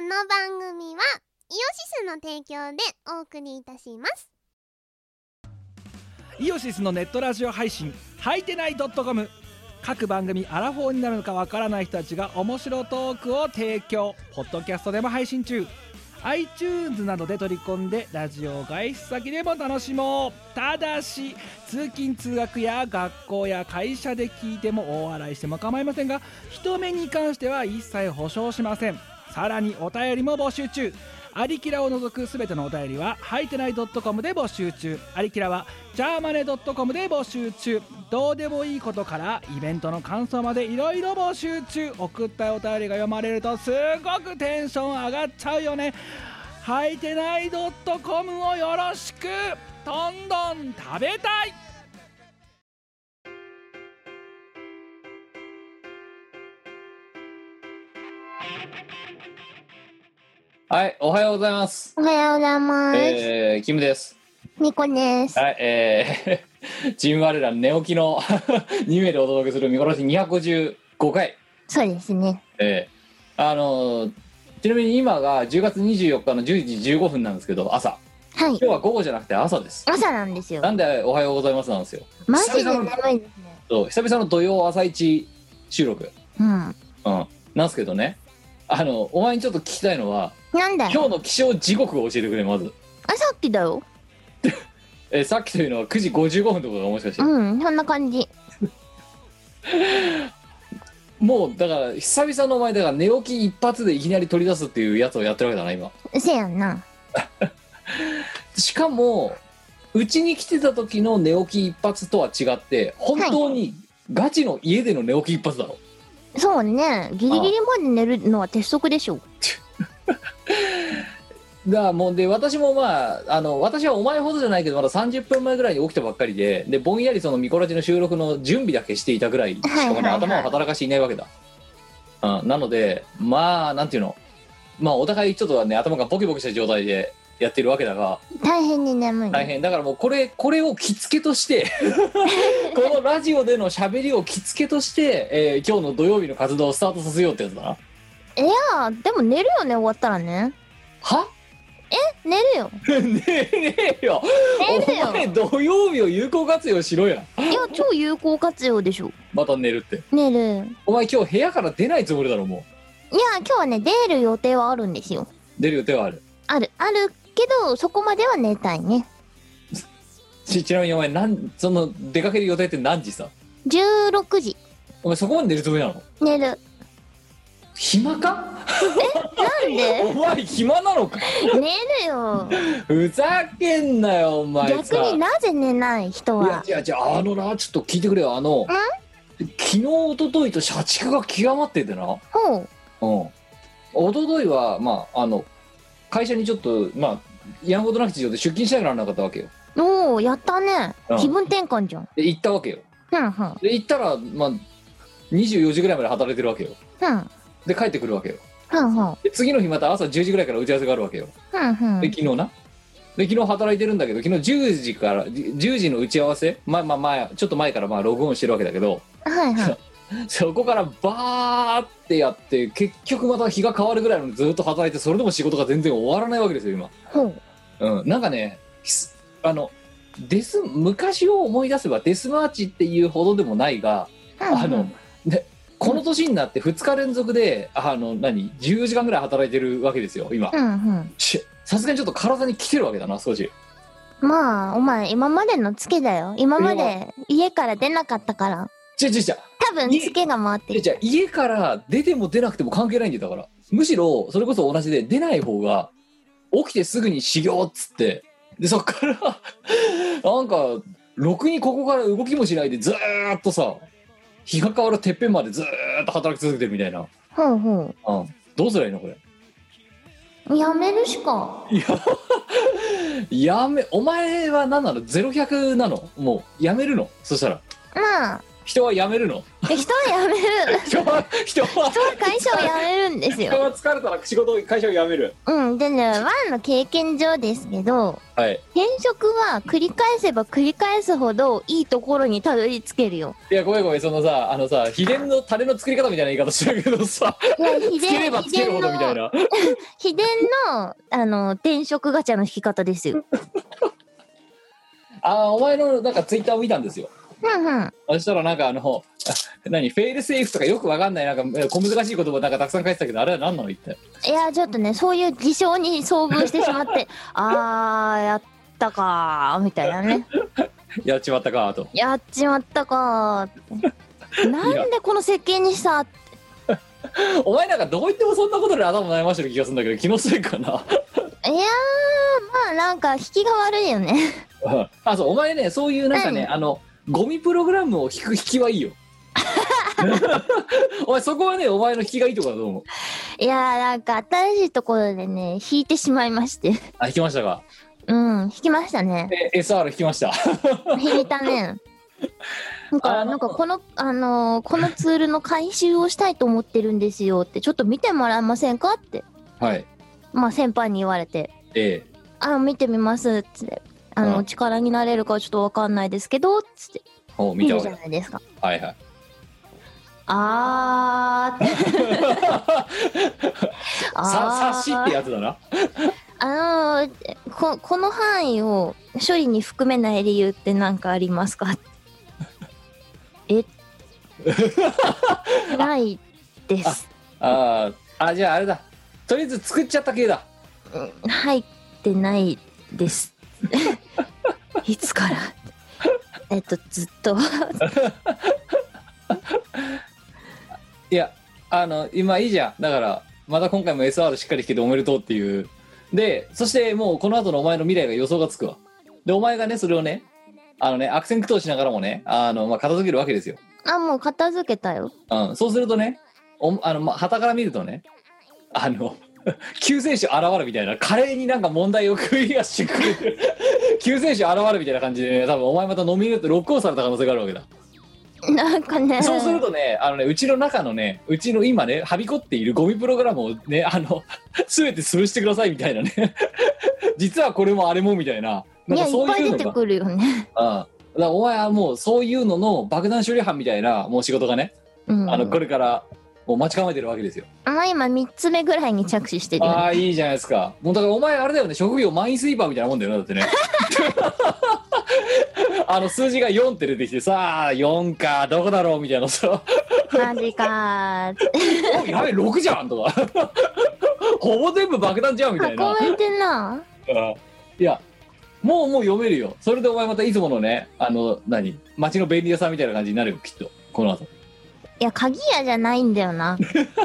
の番組はイオシスの提供でお送りいたします。 イオシスのネットラジオ配信はいてない .com、 各番組アラフォーになるのかわからない人たちが面白トークを提供。ポッドキャストでも配信中。 iTunes などで取り込んでラジオ外出先でも楽しもう。ただし通勤通学や学校や会社で聞いても大笑いしても構いませんが、人目に関しては一切保証しません。さらにお便りも募集中。アリキラを除くすべてのお便りははいてない .com で募集中。アリキラはジャーマネ .com で募集中。どうでもいいことからイベントの感想までいろいろ募集中。送ったお便りが読まれるとすごくテンション上がっちゃうよね。はいてない .com をよろしく。どんどん食べたい。 はい、おはようございます。 おはようございます。 キムです。 ニコです。 はい、チーム我ら寝起きの2名でお届けする見殺し255回。 そうですね。 ちなみに今が10月24日の10時15分なんですけど、朝。 はい。 今日は午後じゃなくて朝です。 朝なんですよ。 なんでおはようございますなんですよ。 マジで眠いですね。 そう、久々の土曜朝一収録。 うん。 なんですけどね。お前にちょっと聞きたいのは、 なんだよ。 今日の起床時刻を教えてくれ、まず。 さっきだよ。 さっきというのは9時55分とかがもしかして。 うん、そんな感じ。 もうだから久々のお前だから寝起き一発でいきなり取り出すっていうやつをやってるわけだな今。 せやんな。 しかもうちに来てた時の寝起き一発とは違って本当にガチの家での寝起き一発だろ。 そうね、ギリギリまで寝るのは鉄則でしょ。 だからもうで私も私はお前ほどじゃないけどまだ30分前ぐらいに起きたばっかりでぼんやりそのミコラジの収録の準備だけしていたぐらいしかまだ頭を働かしていないわけだ。なのでなんていうの、お互いちょっとね頭がボキボキした状態でやっているわけだが大変に眠い。 大変だからもうこれを着付けとしてこのラジオでの喋りを着付けとして、今日の土曜日の活動をスタートさせようってやつだな。 いやでも寝るよね、終わったらね。 は寝るよ。 ねえよ。 寝るよ。 お前土曜日を有効活用しろや。 いや超有効活用でしょ。 また寝るって。 寝る。 お前今日部屋から出ないつもりだろ。もいや今日はね出る予定はあるんですよ。 出る予定はあるけどそこまでは寝たいね。 ちなみにお前その出かける予定って何時さ。 16時。 お前そこまで寝るつもりなの。 寝る。 暇か。 なんでお前暇なのか。 寝るよ。 ふざけんなよお前さ。 逆になぜ寝ない人は。 いやちょっと聞いてくれよ。昨日一昨日と社畜が極まっててな。 ほ一昨日は会社にちょっとやんごとなき事情で出勤しなきゃならなかったわけよ。 おおやったね、気分転換じゃん。 で行ったわけよ。で行ったら24時ぐらいまで働いてるわけよ。で帰ってくるわけよ。で次の日また朝10時ぐらいから打ち合わせがあるわけよ。で昨日な。で昨日働いてるんだけど、昨日10時の打ち合わせちょっと前からログオンしてるわけだけど、そこからバーってやって結局また日が変わるぐらいのずっと働いて、それでも仕事が全然終わらないわけですよ今。なんかね昔を思い出せばデスマーチっていうほどでもないが、この年になって2日連続で14時間ぐらい働いてるわけですよ今。さすがにちょっと体に来てるわけだな少し。 お前今までのツケだよ。今まで家から出なかったから。多分ツケが回ってる。 家から出ても出なくても関係ないんだよ。だからむしろそれこそ同じで、出ない方が起きてすぐに修行っつって、でそっからなんかろくにここから動きもしないでずーっとさ、日が変わるてっぺんまでずーっと働き続けてるみたいな。どうすりゃいいのこれ。 やめるしか。 お前は何なの。0100なの。もうやめるの。そしたら人はやめるの。 人は辞める。 人は会社を辞めるんですよ。 人は疲れたら会社を辞める。 うん。でね、前の経験上ですけど、 はい。 転職は繰り返せば繰り返すほどいいところにたどり着けるよ。 いや、ごめん、そのさ、秘伝のタレの作り方みたいな言い方してるけどさ、いや、つければつけるほどみたいな。 秘伝の、転職ガチャの引き方ですよ。 お前のなんかツイッターを見たんですよ。 うんうん。 そしたらなんかフェイルセーフとかよくわかんないなんか小難しい言葉なんかたくさん書いてたけど、あれは何なの言って。 いや、ちょっとね、そういう事象に遭遇してしまってやったかーみたいなね。 やっちまったかーと。 やっちまったかー。なんでこの設計にさお前なんかどう言ってもそんなことで頭悩ましてる気がするんだけど、気のせいかな。いやー、まあなんか引きが悪いよね。 そう、お前ね、そういうなんかね、ゴミプログラムを引きはいいよ。お前そこはね、お前の引きがいいとこだと思う。 いやー、なんか新しいところでね、引いてしまいまして。 引きましたか。 うん、引きましたね。 SR 引きました。 引いたね。なんかこのツールの回収をしたいと思ってるんですよって、ちょっと見てもらえませんかって。 はい。 まあ先輩に言われて。見てみますっつって。力になれるかはちょっとわかんないですけどっつって。 見るじゃないですか。 はいはい。察しってやつだな。 この範囲を処理に含めない理由って何かありますか？ないです。 じゃああれだ。とりあえず作っちゃった系だ。 入ってないです。いつから？ずっと。 いや、今いいじゃん。だからまた今回も SR しっかり引けておめでとうっていう。で、そしてもうこの後のお前の未来が予想がつくわ。で、お前がね、それをね、悪戦苦闘しながらもね、片付けるわけですよ。 もう片付けたよ。 そうするとね、旗から見るとね、救世主現るみたいな、華麗になんか問題をクリアしてくれる救世主現るみたいな感じでね、多分お前またノミネートロックオンされた可能性があるわけだ。 なんかね、 そうするとね、うちの中のね、うちの今ね、はびこっているゴミプログラムをね、全て潰してくださいみたいなね実はこれもあれもみたいな、なんかそういうのがいっぱい出てくるよね。 だからお前はもうそういうのの爆弾処理班みたいなもう仕事がね、これからもう待ち構えてるわけですよ。 今3つ目ぐらいに着手してるよ、 ね。いいじゃないですか。もうだからお前あれだよね、職業マインスイーパーみたいなもんだよな、だってね数字が4って出てきてさあ4かどこだろうみたいなさマジかーやべ6じゃんとかほぼ全部爆弾じゃんみたいな。 囲めてんな。 いやもう読めるよ。それでお前またいつものね、街の便利屋さんみたいな感じになるよ、きっとこの後。 いや、鍵屋じゃないんだよな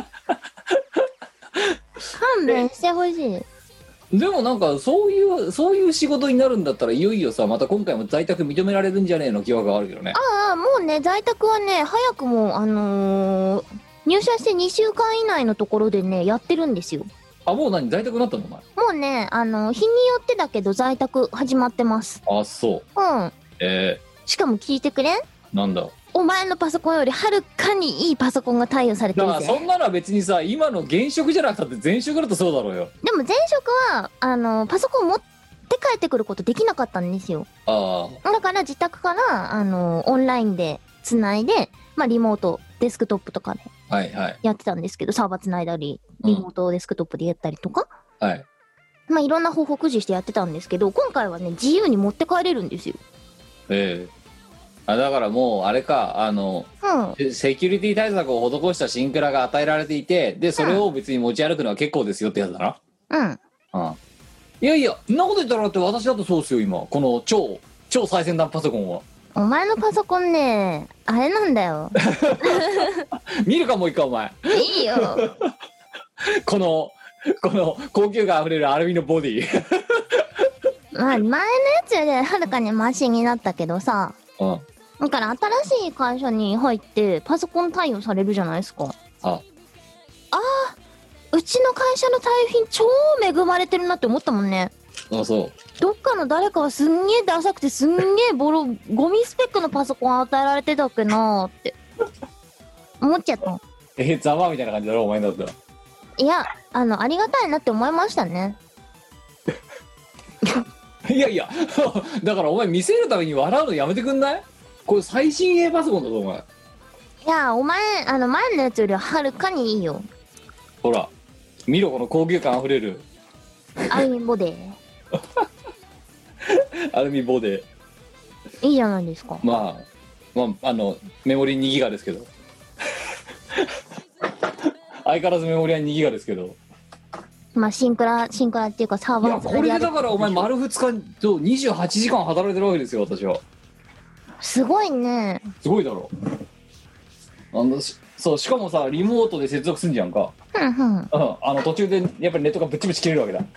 勘弁してほしい。 でもなんかそういう仕事になるんだったら、いよいよさ、また今回も在宅認められるんじゃねえの疑惑があるけどね。 もうね、在宅はね、早くも入社して2週間以内のところでね、やってるんですよ。 もう在宅になったのお前。 もうね、日によってだけど在宅始まってます。 そう。 しかも聞いてくれん？ なんだ。 お前のパソコンよりはるかにいいパソコンが対応されてるぜ。 だからそんなのは別にさ、今の現職じゃなくたって前職だとそうだろうよ。 でも前職はパソコン持って帰ってくることできなかったんですよ。だから自宅からオンラインでつないで、リモートデスクトップとかでやってたんですけど、サーバーつないだりリモートデスクトップでやったりとか、いろんな方法駆使してやってたんですけど、今回はね、自由に持って帰れるんですよ。 だからもうあれか、セキュリティ対策を施したシンクラが与えられていて、でそれを別に持ち歩くのは結構ですよってやつだな。いやいや、そんなこと言ったらだって私だとそうですよ今、この超最先端パソコンは。 お前のパソコンね、あれなんだよ見るかもう一回お前。 いいよこの高級感あふれるアルミのボディ前のやつよりはるかにマシになったけどさ、だから新しい会社に入ってパソコン対応されるじゃないですか。うちの会社の対応品超恵まれてるなって思ったもんね。 そう。 どっかの誰かはすんげえダサくてすんげえゴミスペックのパソコン与えられてたっけなーって。 思っちゃった。 ざまみたいな感じだろお前だったら。 いや、ありがたいなって思いましたね。 いやいやだからお前見せるために笑うのやめてくんない？これ最新鋭パソコンだぞお前。 いや、お前前のやつよりははるかにいいよ。 ほら見ろこの高級感あふれるアルミボデーアルミボデーいいじゃないですか。 まあメモリ2ギガですけど相変わらずメモリは2ギガですけど、 まあシンクラっていうかサーバー。いやこれでだからお前丸2日と28時間働いてるわけですよ私は。 すごいね。 すごいだろ。そうしかもさリモートで接続すんじゃんか。途中でやっぱりネットがぶっちぶち切れるわけだ。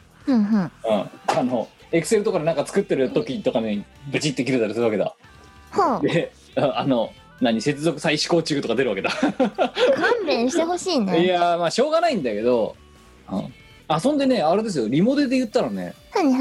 エクセルとかでなんか作ってる時とかにブチって切れたりするわけだ。で接続再試行中とか出るわけだ勘弁してほしいね。 いやまあしょうがないんだけど、そんでねあれですよ、リモデで言ったらね、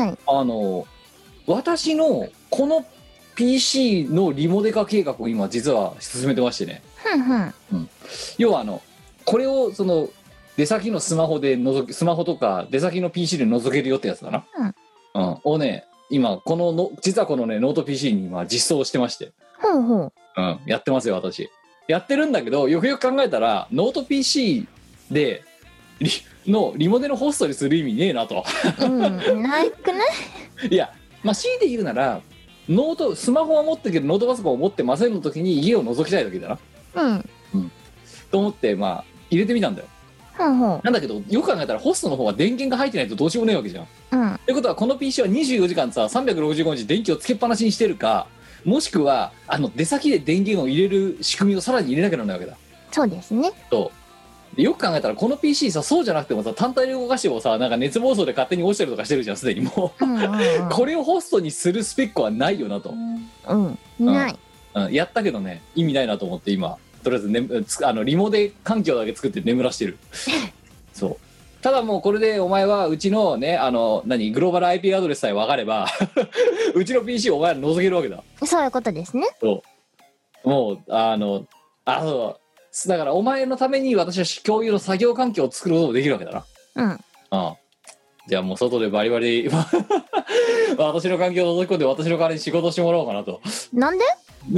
私のこの PC のリモデ化計画を今実は進めてましてね、要はこれをその出先のスマホとか出先の PC で覗けるよってやつだな、をね今実はこのねノート PC に今実装してまして、やってますよ私。やってるんだけどよくよく考えたらノート PC でリモデのホストにする意味ねえなとないくないいやまあ強いて言うならスマホは持ってるけどノートパソコンを持ってませんの時に家を覗きたい時だなと思ってまあ入れてみたんだよ。なんだけどよく考えたらホストの方は電源が入ってないとどうしようもねえわけじゃん。ってことはこの PC は24時間さ365日電気をつけっぱなしにしてるか、もしくは出先で電源を入れる仕組みをさらに入れなきゃならないわけだ。 そうですね。 でよく考えたらこの PC さそうじゃなくてもさ単体で動かしてもさなんか熱暴走で勝手に落ちてるとかしてるじゃんすでにもうこれをホストにするスペックはないよなと。 ない、 やったけどね意味ないなと思って今とりあえず、リモデ環境だけ作って眠らしてるそうただもうこれでお前はうちのねグローバル IP アドレスさえ分かればうちの PC をお前ら覗けるわけだ。 そういうことですね。 そうもうそうだからお前のために私は共有の作業環境を作ることもできるわけだな。じゃあもう外でバリバリ私の環境を覗き込んで私の代わりに仕事してもらおうかなと。 なんで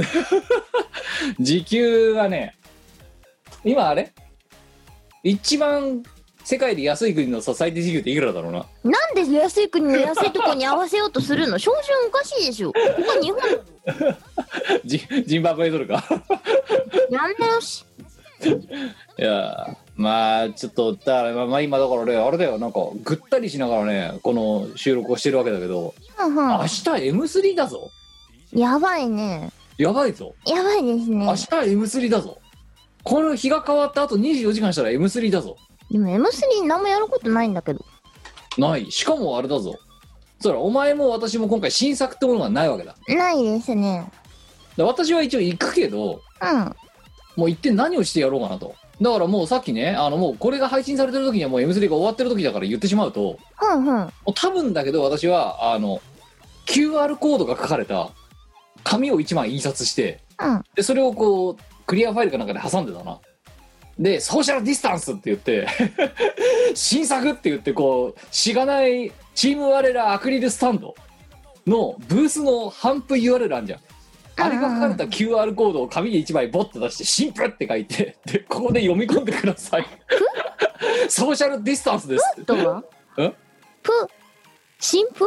時給はね今あれ一番世界で安い国の最低時給っていくらだろうな。 なんで安い国の安いとこに合わせようとするの標準おかしいでしょ。ここ日本ジンバブエドルかやんなよし。 いやまあちょっとだからまあ今だからねあれだよなんかぐったりしながらねこの収録をしてるわけだけど、明日 M3 だぞ。 やばいね。 やばいぞ。 やばいですね。 明日 M3 だぞ。この日が変わった後24時間したら M3 だぞ。 でも M3 何もやることないんだけど。 ない。しかもあれだぞ。そらお前も私も今回新作ってものがないわけだ。 ないですね。 私は一応行くけど、もう行って何をしてやろうかなと。だからもうさっきねもうこれが配信されてる時にはもう M3 が終わってる時だから言ってしまうと、もう多分だけど私はQR コードが書かれた紙を1枚印刷して、でそれをこうクリアファイルかなんかで挟んでたな。でソーシャルディスタンスって言って新作って言ってこうしがないチーム我らアクリルスタンドのブースの頒布 URL あんじゃん。あれが書かれた QR コードを紙で1枚ボッと出して新婦って書いて、でここで読み込んでくださいソーシャルディスタンスです。 とは新婦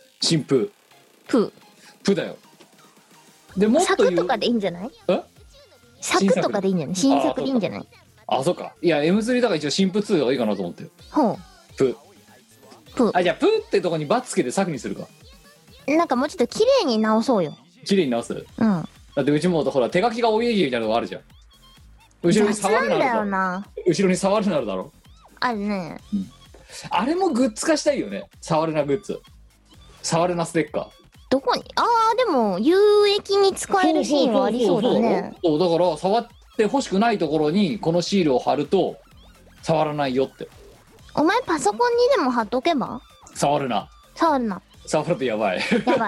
プだよ。でもっと作とかでいいんじゃない？作とかでいいんじゃない？新作でいいんじゃない？ そうか。いや M3 だから一応新婦2がいいかなと思ってる。プじゃあプってとこにバツつけて作にするか。 なんかもうちょっと綺麗に直そうよ。 綺麗に直す。だってうちもほら手書きがお家芸みたいなのがあるじゃん。後ろに触るなるだろ。後ろに触るなるだろ。 あるね。 あれもグッズ化したいよね。触るなグッズ。触るなステッカー。 どこに？でも有益に使えるシーンはありそうだね。 そうだから触って欲しくないところにこのシールを貼ると触らないよって。 お前パソコンにでも貼っとけば？ 触るな触るとやばい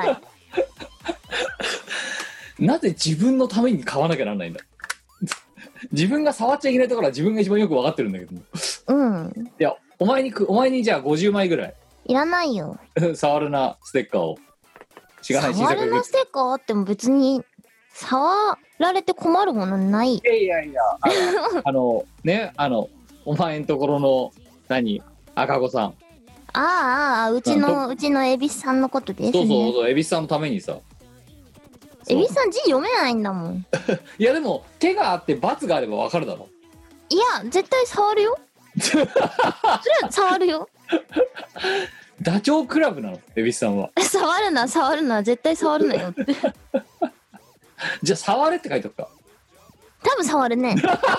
なぜ自分のために買わなきゃならないんだ自分が触っちゃいけないところは自分が一番よく分かってるんだけども。 うん。 いや、お前にじゃあ50枚ぐらい。 いらないよ。 触るなステッカーを。 触るなステッカーあっても別に触られて困るものない。 いやね、お前んところの赤子さん。 うちの恵比寿さんのことですね。 そう恵比寿さんのためにさ。 恵比寿さん字読めないんだもん。 いやでも手があって罰があればわかるだろ。 いや絶対触るよ。それは触るよ。 ダチョウ倶楽部なの恵比寿さんは。 触るな絶対触るなよって。 じゃあ触れって書いとくか。 多分触るね。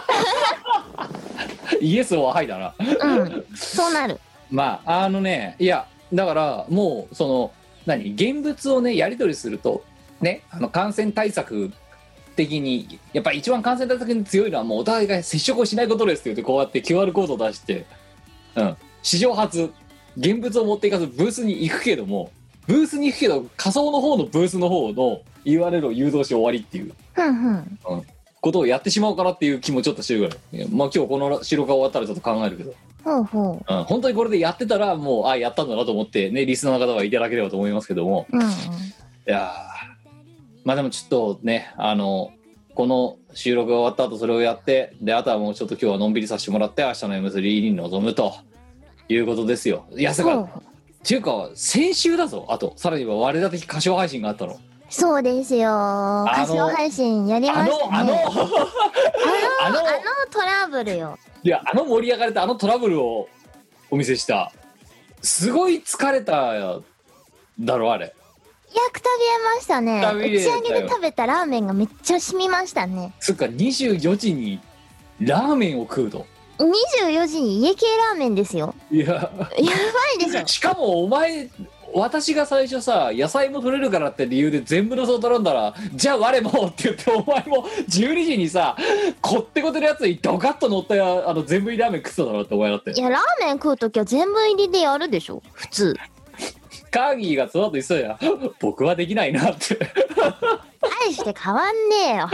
イエスははいだな。 うん、そうなる。 まあいやだからもうその現物をねやり取りするとね、感染対策的にやっぱり一番感染対策に強いのはもうお互いが接触をしないことですって言って、こうやって QR コードを出して、史上初現物を持っていかずブースに行くけど仮想の方のブースの方の URL を誘導して終わりっていう、ことをやってしまおうかなっていう気もちょっとしてるぐらい。まあ今日この収録が終わったらちょっと考えるけど、本当にこれでやってたらもうやったんだなと思ってね、リスナーの方はいただければと思いますけども、いやまあでもちょっとね、この収録が終わった後それをやって、であとはもうちょっと今日はのんびりさせてもらって明日の M3 に臨むということですよ。いや、っていうか先週だぞ。あとさらには我ら的歌唱配信があったの。 そうですよ、歌唱配信やりましたね。あのトラブルよ。 いや、盛り上がれたトラブルをお見せした。すごい疲れただろあれ。 いや、くたびれましたね。打ち上げで食べたラーメンがめっちゃ染みましたね。 そっか、24時にラーメンを食うと。 24時に家系ラーメンですよ。 いや、 やばいでしょ。 しかも私が最初さ、野菜も取れるからって理由で全部のそう頼んだら、じゃあ我もって言って、お前も12時にさ、こってこてのやつにドカッと乗った全部入りラーメン食ってただろってお前だって。 いや、ラーメン食うときは全部入りでやるでしょ普通。 カーギーがその後言ってたやん、僕はできないなって大して変わんねえよ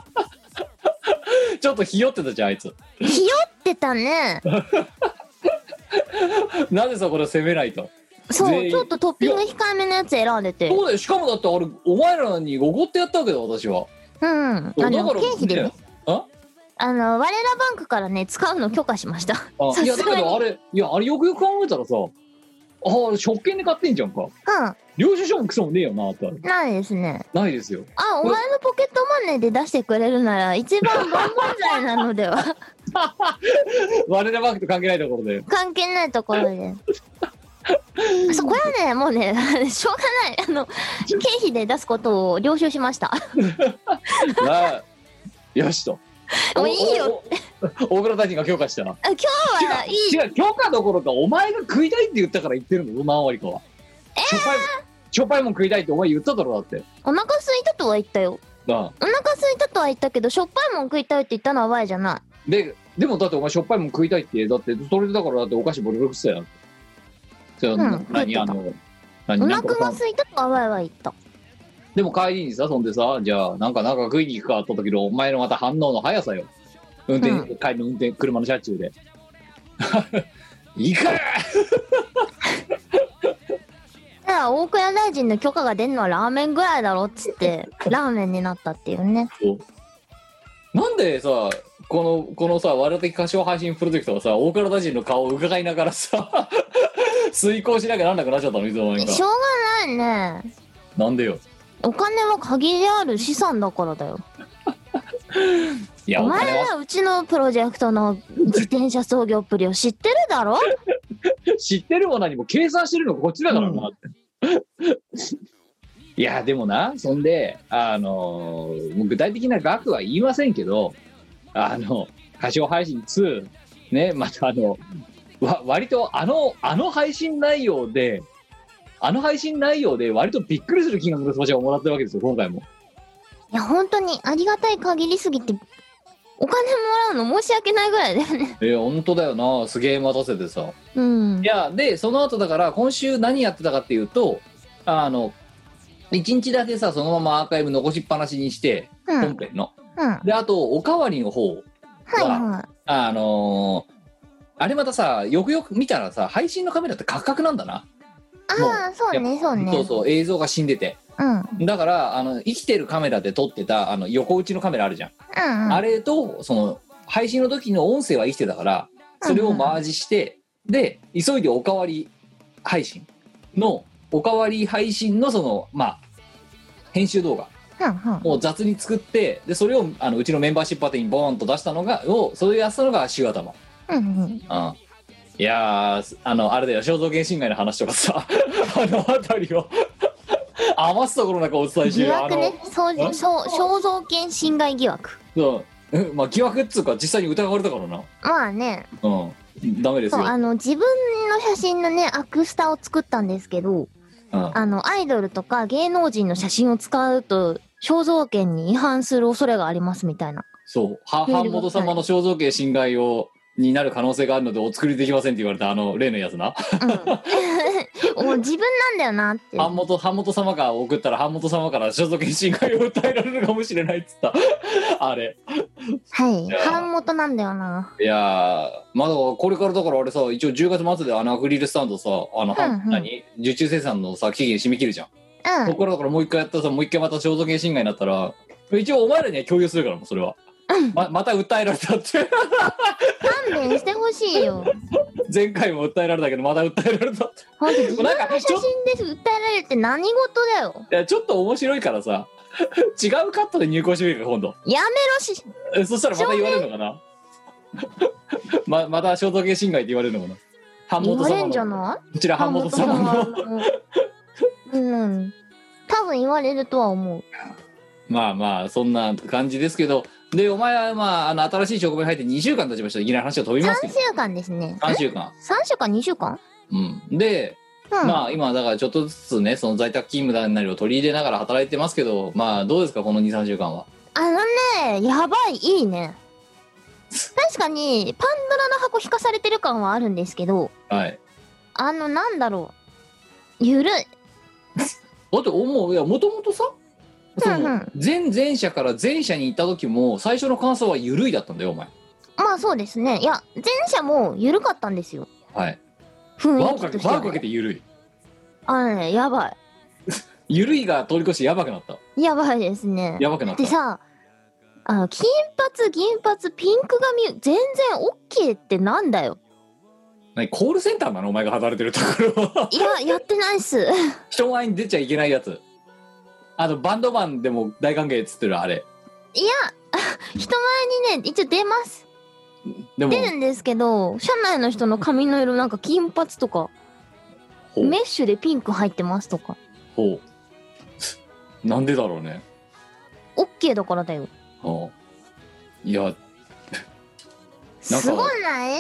ちょっとひよってたじゃんあいつ。 ひよってたねなぜそこで攻めないと。 そう、ちょっとトッピング控えめのやつ選んでて。 そうだよ。しかもだって俺お前らにおごってやったわけだ私は。 経費でね。我らバンクからね使うの許可しました。 いやだけどあれよくよく考えたらさ、食券で買ってんじゃんか。領収書もクソもねえよなって。 ないですね。 ないですよ。 お前のポケットマネーで出してくれるなら一番万々歳なのでは我らバンクと関係ないところで。 関係ないところでそこはね、もうねしょうがない。経費で出すことを了承しましたよしと。 もういいよ大倉大臣が許可したな。 今日はいい。 違う、許可どころかお前が食いたいって言ったから言ってるの。何割かは。しょっぱいもん食いたいってお前言っただろ。だってお腹空いたとは言ったよ。お腹空いたとは言ったけど、しょっぱいもん食いたいって言ったのはワイじゃない。 でもだってお前しょっぱいもん食いたいってだってそれでだからだってお菓子ボロボロ食ってたやん。 お腹が空いたとはワイは言った。 でも帰りにさ、そんでさ、じゃあなんか食いに行くかあった時のお前のまた反応の速さよ。帰りの車の車中で行く大倉大臣の許可が出んのはラーメンぐらいだろっつってラーメンになったっていうね。 なんでさ、このさ、我々的歌唱配信プロジェクトがさ、大倉大臣の顔を伺いながらさ遂行しなきゃなんなくなっちゃったの。いつの間にか。 しょうがないね。 なんでよ。 お金は限りある資産だからだよいや、お前はうちのプロジェクトの自転車操業っぷりを知ってるだろ知ってるも何も計算してるのこっちだからなって、いやでもな、そんで具体的な額は言いませんけど、歌唱配信2ね、また割と配信内容で割とびっくりする金額のスパチャをもらってるわけですよ今回も。 いや本当にありがたい限りすぎてお金もらうの申し訳ないぐらいだよね。 本当だよな。すげえ待たせてさ。 いやでその後だから今週何やってたかっていうと、1日だけさそのままアーカイブ残しっぱなしにして、本編の、であとおかわりの方はいはい。 あれまたさ、よくよく見たらさ、配信のカメラってカクカクなんだな。 ああ、そうね、そうね。 そうそう、映像が死んでて。 うん。 だから、生きてるカメラで撮ってた、横打ちのカメラあるじゃん。 うんうん。 あれと、配信の時の音声は生きてたから、それをマージして、で、急いでおかわり配信の、編集動画を雑に作って、で、それを、うちのメンバーシップ宛てにボーンと出したのが、それをやったのが週頭。いやー、あれだよ、肖像権侵害の話とかさ、あの辺りを余すところなくお伝えして疑惑ね、肖像権侵害疑惑。 そう、まあ疑惑っつうか実際に疑われたからな。 まあね。 ダメですよ。 自分の写真のね、アクスタを作ったんですけど、アイドルとか芸能人の写真を使うと、肖像権に違反する恐れがありますみたいな。 そう、版元様の肖像権侵害になる可能性があるのでお作りできませんって言われた例のやつな。 もう自分なんだよなって。 版元様が送ったら版元様から肖像権侵害を訴えられるかもしれないっつったあれ。 はい、版元なんだよな。 いやまだこれからだからあれさ、一応10月末でアクリルスタンドさ、受注生産のさ期限締め切るじゃん。ここからだからもう一回やったらさ、もう一回また肖像権侵害になったら、一応お前らには共有するからもうそれは。また訴えられたって勘弁してほしいよ。 前回も訴えられたけどまた訴えられたって。 ほんと自分の写真で訴えられるって何事だよ。 いやちょっと面白いからさ違うカットで入稿してみるか今度。 やめろし。 そしたらまた言われるのかなまた肖像権侵害って言われるのかな。 言われんじゃない？ こちら版元様の多分言われるとは思う。 まあそんな感じですけど、でお前は新しい職場に入って2週間経ちました。いきなり話を飛びますけど。 3週間ですね。 3週間。 3週間2週間？ で、今だからちょっとずつね、その在宅勤務なりを取り入れながら働いてますけど、どうですかこの 2,3 週間は。 やばい、いいね。確かにパンドラの箱引かされてる感はあるんですけど、 はい。 なんだろう、ゆるい。 だってもともとさ、前者から前者に行った時も最初の感想はゆるいだったんだよお前。 まあそうですね。いや前者もゆるかったんですよ。 はい。 雰囲気としては、 輪をかけてゆるい。 やばい。 ゆるいが通り越してやばくなった。 やばいですね。 やばくなった。 でさ、金髪銀髪ピンク髪全然オッケーってなんだよ。 コールセンターなのお前が働いてるところは。 いややってないっす。 人前に出ちゃいけないやつ。バンドマンでも大歓迎っつってるあれ。 いや人前にね一応出ます。出るんですけど、社内の人の髪の色なんか金髪とかメッシュでピンク入ってますとか。 ほう。なんでだろうね。 オッケーだからだよ。 いやすごいない？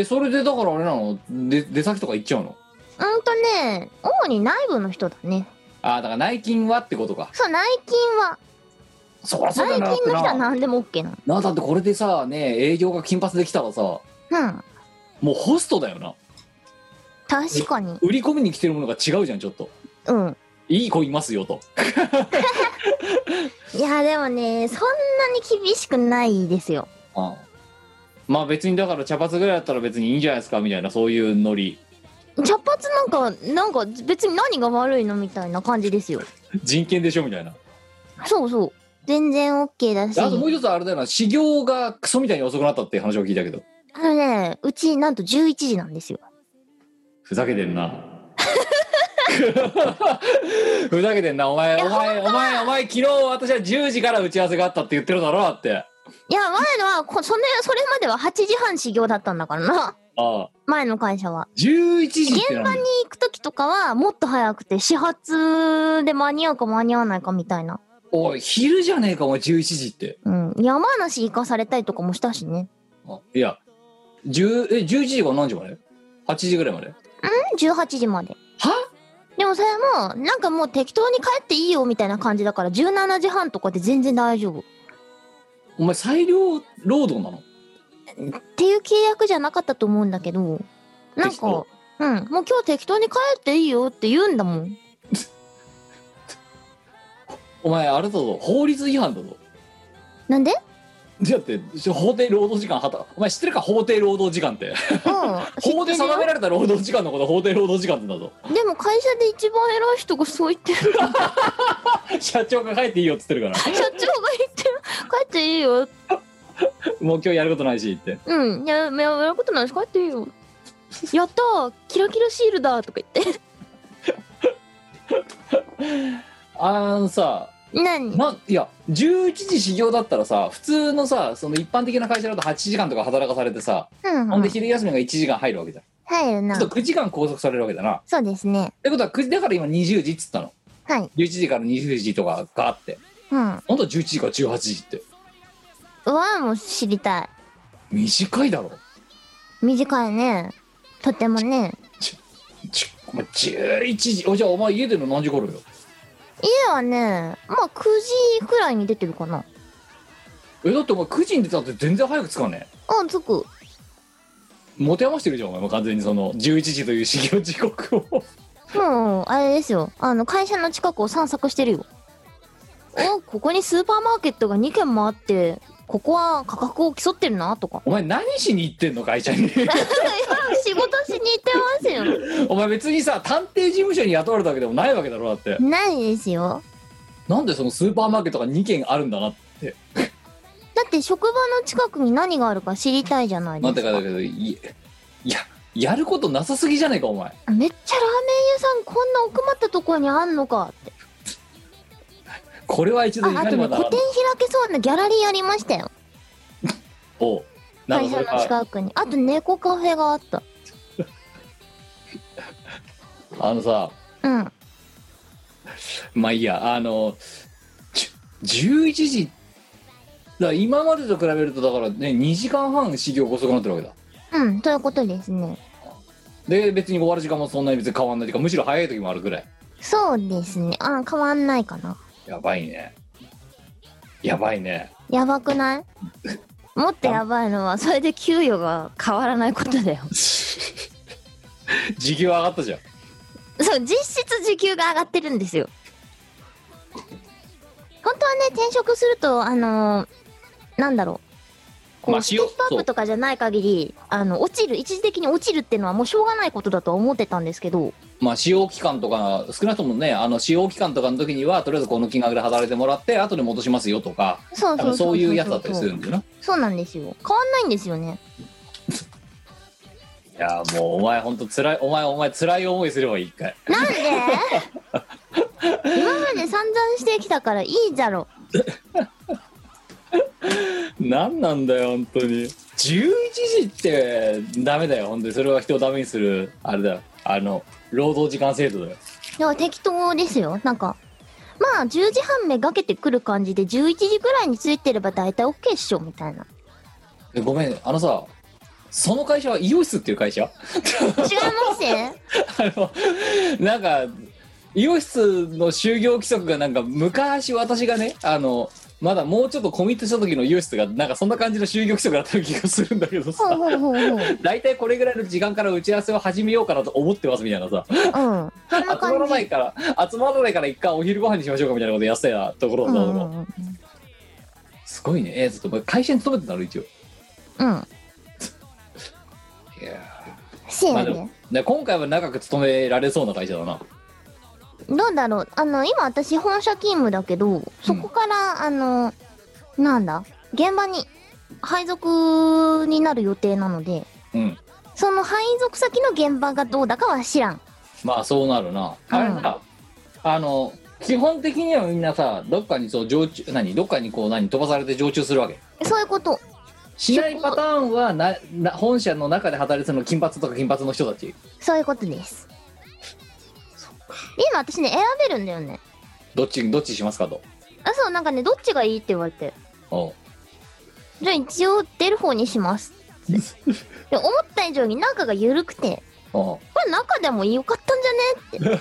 それでだからあれなの？出先とか行っちゃうの？ 主に内部の人だね。 だから内勤はってことか。 そう、内勤は。 そりゃそうだな。 内勤の人は何でも OK なの。 だってこれでさね、営業が金髪できたらさ、もうホストだよな。 確かに。 売り込みに来てるものが違うじゃんちょっと。いい子いますよと。 いやでもね、そんなに厳しくないですよ。 まあ別にだから茶髪ぐらいだったら別にいいんじゃないですかみたいな、そういうノリ。 茶髪なんか別に何が悪いのみたいな感じですよ。 人権でしょみたいな。 そうそう、全然 OK だし。 あともう一つあれだよな、始業がクソみたいに遅くなったっていう話を聞いたけど。 うちなんと11時なんですよ。 ふざけてんな。ふざけてんな。お前昨日私は10時から打ち合わせがあったって言ってるだろって。 いや前のはそれまでは8時半始業だったんだからな。前の会社は 11時って現場に行く時とかはもっと早くて、始発で間に合うか間に合わないかみたいな。 おい昼じゃねえかお前11時って。 山梨行かされたりとかもしたしね。 いや11時が何時まで？8時ぐらいまで ？18時まで。 は？ でもそれもなんかもう適当に帰っていいよみたいな感じだから17時半とかで全然大丈夫。 お前裁量労働なの？ っていう契約じゃなかったと思うんだけど、なんかもう今日適当に帰っていいよって言うんだもん。 お前あれだぞ、法律違反だぞ。 なんで？ だって法定労働時間お前知ってるか、法定労働時間って。法で定められた労働時間のこと法定労働時間ってだぞ。 でも会社で一番偉い人がそう言ってる社長が帰っていいよっつってるから社長が言ってる、帰っていいよもう今日やることないしって。 やることないし帰っていいよやったーキラキラシールだとか言ってさ何いや11時始業だったらさ、普通のさ、その一般的な会社だと8時間とか働かされてさ、ほんで昼休みが1時間入るわけじゃん。 入るな。 ちょっと9時間拘束されるわけだな。 そうですね。 ってことは9時だから今20時っつったの。 はい。 11時から20時とかがあって。本当は11時から18時って。 もう知りたい。 短いだろ。 短いね。とてもね。 11時。じゃあお前家での何時頃よ。 家はね、まあ9時くらいに出てるかな。 だってお前9時に出たって全然早く着かねえ。 着く。 持て余してるじゃんお前も完全にその11時という始業時刻をもうあれですよ、会社の近くを散策してるよ。ここにスーパーマーケットが2軒もあって、ここは価格を競ってるなとか。 お前何しに行ってんの会社に仕事しに行ってますよお前別にさ探偵事務所に雇われたわけでもないわけだろ。だってないですよ。 なんでそのスーパーマーケットが2軒あるんだなってだって職場の近くに何があるか知りたいじゃないですか。 待ってかだけどやることなさすぎじゃねえかお前。 めっちゃラーメン屋さんこんな奥まったところにあんのかってこれは一度あとね、個展開けそうなギャラリーありましたよ会社の近くに。あと猫カフェがあったさまあいいや11時だから今までと比べるとだからね2時間半始業遅くなってるわけだ。 ということですね。 で別に終わる時間もそんなに別に変わんないというかむしろ早い時もあるぐらい。 そうですね。変わんないかな。 やばいね。やばいね。 やばくないもっとやばいのはそれで給与が変わらないことだよ時給上がったじゃん。 そう、実質時給が上がってるんですよ。本当はね、転職するとなんだろう、こうステップアップとかじゃない限り一時的に落ちるっていうのはもうしょうがないことだとは思ってたんですけど、 まあ使用期間とか少なくともね使用期間とかの時にはとりあえずこの金額で働いてもらって後で戻しますよとか、そういうやつだったりするんだよな。 そうなんですよ。変わんないんですよねいやもうお前ほんとつらいお前辛い思いすればいいかい。 なんで今まで散々してきたからいいだろなんなんだよ本当に。11時ってダメだよ本当に。それは人をダメにするあれだよ労働時間制度だよ。 いや適当ですよ。なんかまあ10時半めがけてくる感じで11時ぐらいについてれば大体 OK っしょみたいな。 ごめんさその会社はイオシスっていう会社？違いますなんかイオシスの就業規則がなんか昔私がねまだもうちょっとコミットした時のイオシスがなんかそんな感じの就業規則だった気がするんだけどさ大体これぐらいの時間から打ち合わせを始めようかなと思ってますみたいなさ、集まらないから一回お昼ご飯にしましょうかみたいなことやってたところだから、すごいね。ちょっと会社に勤めてたの一応。いやまあでも今回は長く勤められそうな会社だな。 どうだろう。今私本社勤務だけど、そこからなんだ現場に配属になる予定なので、その配属先の現場がどうだかは知らん。 まあそうなるな。あれだ、基本的にはみんなさどっかにどっかにこう飛ばされて常駐するわけ。 そういうことしないパターンは本社の中で働いてるの金髪とか金髪の人たち。 そういうことです。今私ね選べるんだよね。 どっちしますかと。 そうなんかねどっちがいいって言われて、じゃあ一応出る方にしますで思った以上に仲が緩くて、これ仲でもよかったんじゃね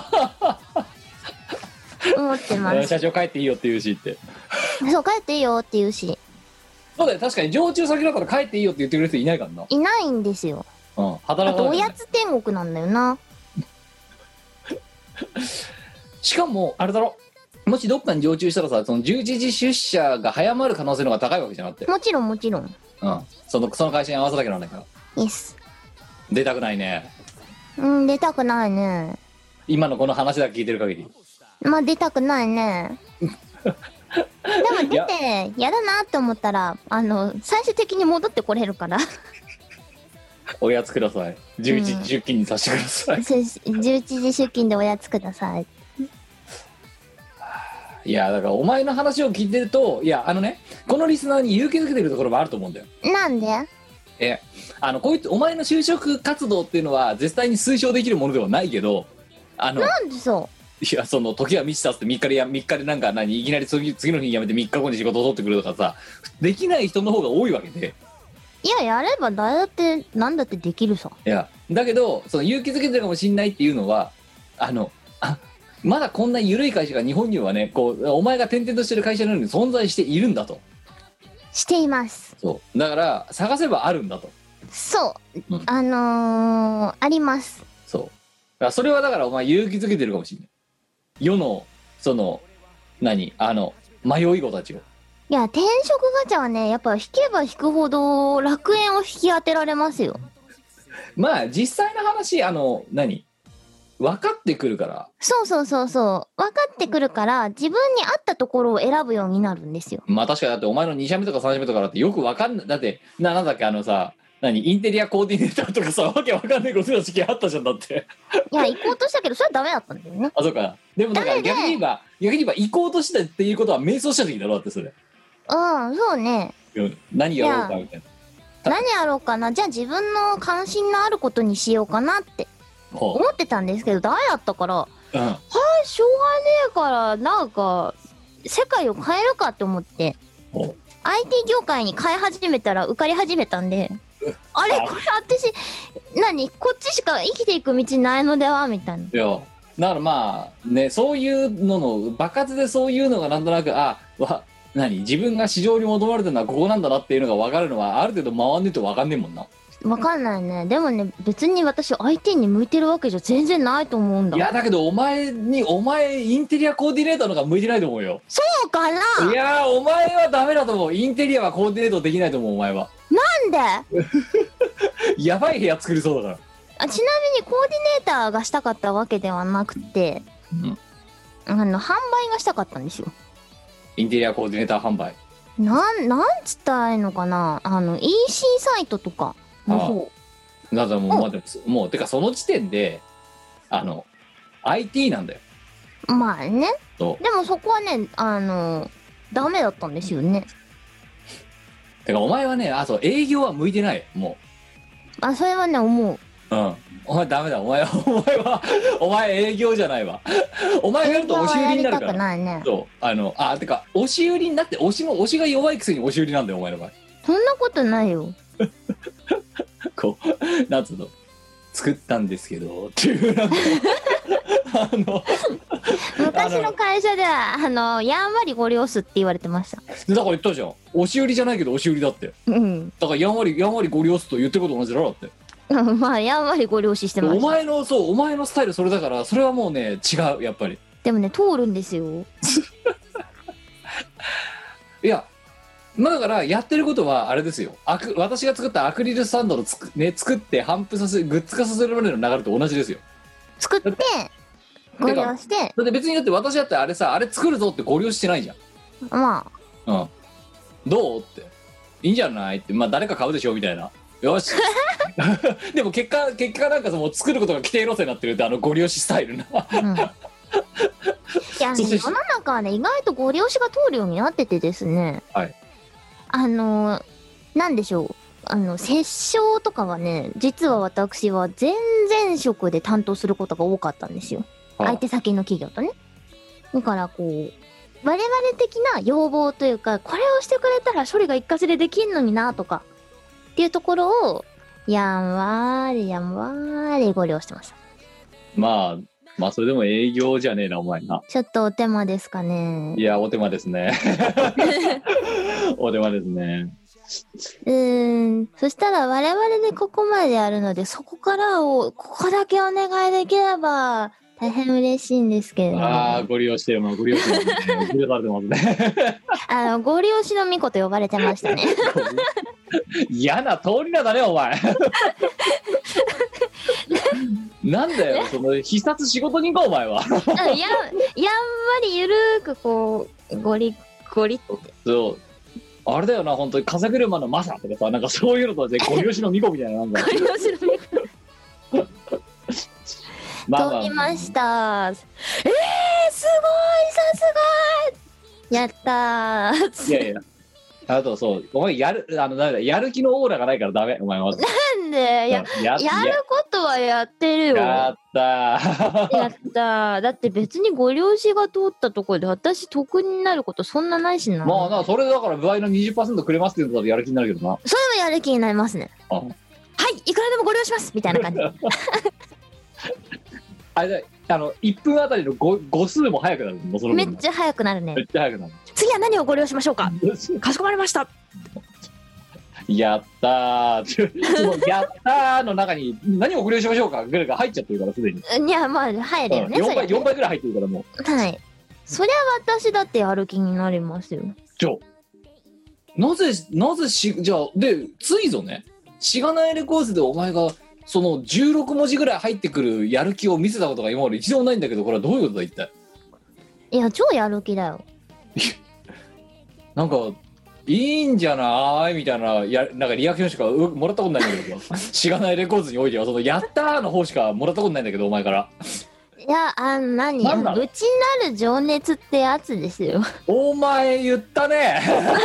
って思ってます社長帰っていいよって言うしってそう帰っていいよって言うし。 そうだよ確かに常駐先だから帰っていいよって言ってくれる人いないからな。 いないんですよ。あとおやつ天国なんだよなしかもあれだろもしどっかに常駐したらさ、その11時出社が早まる可能性の方が高いわけじゃなくて。 もちろんもちろん。 うん。その会社に合わせなきゃなんないから。 イエス。 出たくないね。 出たくないね。 今のこの話だけ聞いてる限り。 まあ出たくないね。でも出てやだなって思ったら最終的に戻ってこれるからおやつください。11時出勤にさせてください。 11時出勤でおやつください。 いやだからお前の話を聞いてると、いやこのリスナーに勇気づけてるところもあると思うんだよ。 なんで？ こういったお前の就職活動っていうのは絶対に推奨できるものではないけど、 なんでそう？ いやその時は満ちたって3日でなんかいきなり次の日に辞めて3日後に仕事を取ってくるとかさ、できない人の方が多いわけで。 いややれば誰だって何だってできるさ。 いやだけどその勇気づけてるかもしんないっていうのはまだこんな緩い会社が日本にはね、こうお前が転々としてる会社のように存在しているんだと。 しています。 そうだから探せばあるんだと。 そう、あります。 そうだからそれはだからお前勇気づけてるかもしれない。世のその迷い子たちを。 いや転職ガチャはねやっぱ引けば引くほど楽園を引き当てられますよ。 まあ実際の話分かってくるから。 そう分かってくるから自分に合ったところを選ぶようになるんですよ。 まあ確かにだってお前の2社目とか3社目とかだってよく分かんない。だってなんだっけインテリアコーディネーターとかさ、わけわかんないことの時期あったじゃんだって。 いや行こうとしたけどそれはダメだったんだよね。 あ、そうか。でもだから逆に言えば行こうとしたっていうことは迷走した時だろだってそれ。 そうね。 何やろうかみたいな。 何やろうかな、じゃあ自分の関心のあることにしようかなって思ってたんですけどダメだったから、しょうがねえからなんか世界を変えるかって思って IT 業界に変え始めたら受かり始めたんで、あれこれ私こっちしか生きていく道ないのではみたいな。いやだからまあね、そういうのの爆発でそういうのがなんとなく自分が市場に求まれてるのはここなんだなっていうのが分かるのはある程度回んねえと分かんねえもんな。 分かんないね。でもね別に私 IT に向いてるわけじゃ全然ないと思うんだ。 いやだけどお前インテリアコーディネーターの方が向いてないと思うよ。 そうかな。 いやお前はダメだと思う。インテリアはコーディネートできないと思うお前は。 なんでやばい部屋作りそうだから。 ちなみにコーディネーターがしたかったわけではなくて、販売がしたかったんですよ。 インテリアコーディネーター販売。 なんつったらいいのかな、EC サイトとかの方。 だからもうてかその時点でIT なんだよ。 まあね。でもそこはねダメだったんですよね。 てかお前はね営業は向いてないもう。それはね思う。 お前ダメだ。お前営業じゃないわ。お前がやると押し売りになるから。 やりたくないね。 そうてか押し売りになって押しが弱いくせに押し売りなんだよお前の場合。 そんなことないよ。 こうなんつうの作ったんですけどっていうなんか昔の会社ではやんわりご了承って言われてました。だから言ったじゃん。押し売りじゃないけど押し売りだって。だからやんわりご了承と言ってること同じだろだって。 まあやんわりご了承してました。 お前のスタイルそれだから、それはもうね違うやっぱり。 でもね通るんですよ。 いやだからやってることはあれですよ。私が作ったアクリルスタンドの作って反布させグッズ化させるまでの流れと同じですよ。 作ってご了承して。 だって別に私だってあれ作るぞってご了承してないじゃん。 まあどうっていいんじゃないって、誰か買うでしょみたいな。よしでも結果なんかもう作ることが規定路線になってるってご了承スタイルな。いや世の中はね意外とご了承が通るようになっててですね。なんでしょう折衝とかはね実は私は前々職で担当することが多かったんですよ。相手先の企業とね。だからこう我々的な要望というかこれをしてくれたら処理が一括でできんのになとかっていうところをやんわりご了承してました。 まあそれでも営業じゃねえなお前な。 ちょっとお手間ですかね。 いやお手間ですね。お手間ですね。 そしたら我々でここまでやるのでそこからをここだけお願いできれば大変嬉しいんですけれども。 ああ、ご利用してるもん、ご利用してるもん、ね。ご利用されてますね。ご利用しの巫女と呼ばれてましたね。 嫌な通りなんだね、お前。なんだよ、その必殺仕事人か、お前は。 やんわりゆるーくこうゴリゴリって。 そう。あれだよな、本当に風車のマサとかさ、なんかそういうのとはご利用しの巫女みたいな、なんか。 ご利用しの巫女。 飛びました。すごい、さすがやったー。 いやいや、あとそう、お前やる気のオーラがないからダメ、お前は。 なんでやることはやってるよ。 やったー。 やったー。だって別にご両親が通ったところで私得になることそんなないしな。 まあな、それだから歩合の 20% くれますって言うとやる気になるけどな。 それもやる気になりますね。はい、いくらでもご利用しますみたいな感じ。 あれだ、1分あたりの語数も早くなるの。 めっちゃ早くなるね。 めっちゃ早くなる。 次は何をご利用しましょうか。かしこまりました。 やったー。そのやったーの中に何をご利用しましょうかぐらいが入っちゃってるからすでに。 いや、まあ入るよね。 4倍ぐらい入ってるからもう。 はい。そりゃ私だってやる気になりますよ。 なぜじゃあでついぞね、しがないレコーズでお前がその16文字ぐらい入ってくるやる気を見せたことが今まで一度もないんだけど、これはどういうことだ一体。 いや、超やる気だよ。 なんかいいんじゃないみたいな、なんかリアクションしかもらったことないんだけどしがないレコーズにおいてはそのやったーの方しかもらったことないんだけど、お前から。 いや、ぶちなる情熱ってやつですよ。 お前言ったね。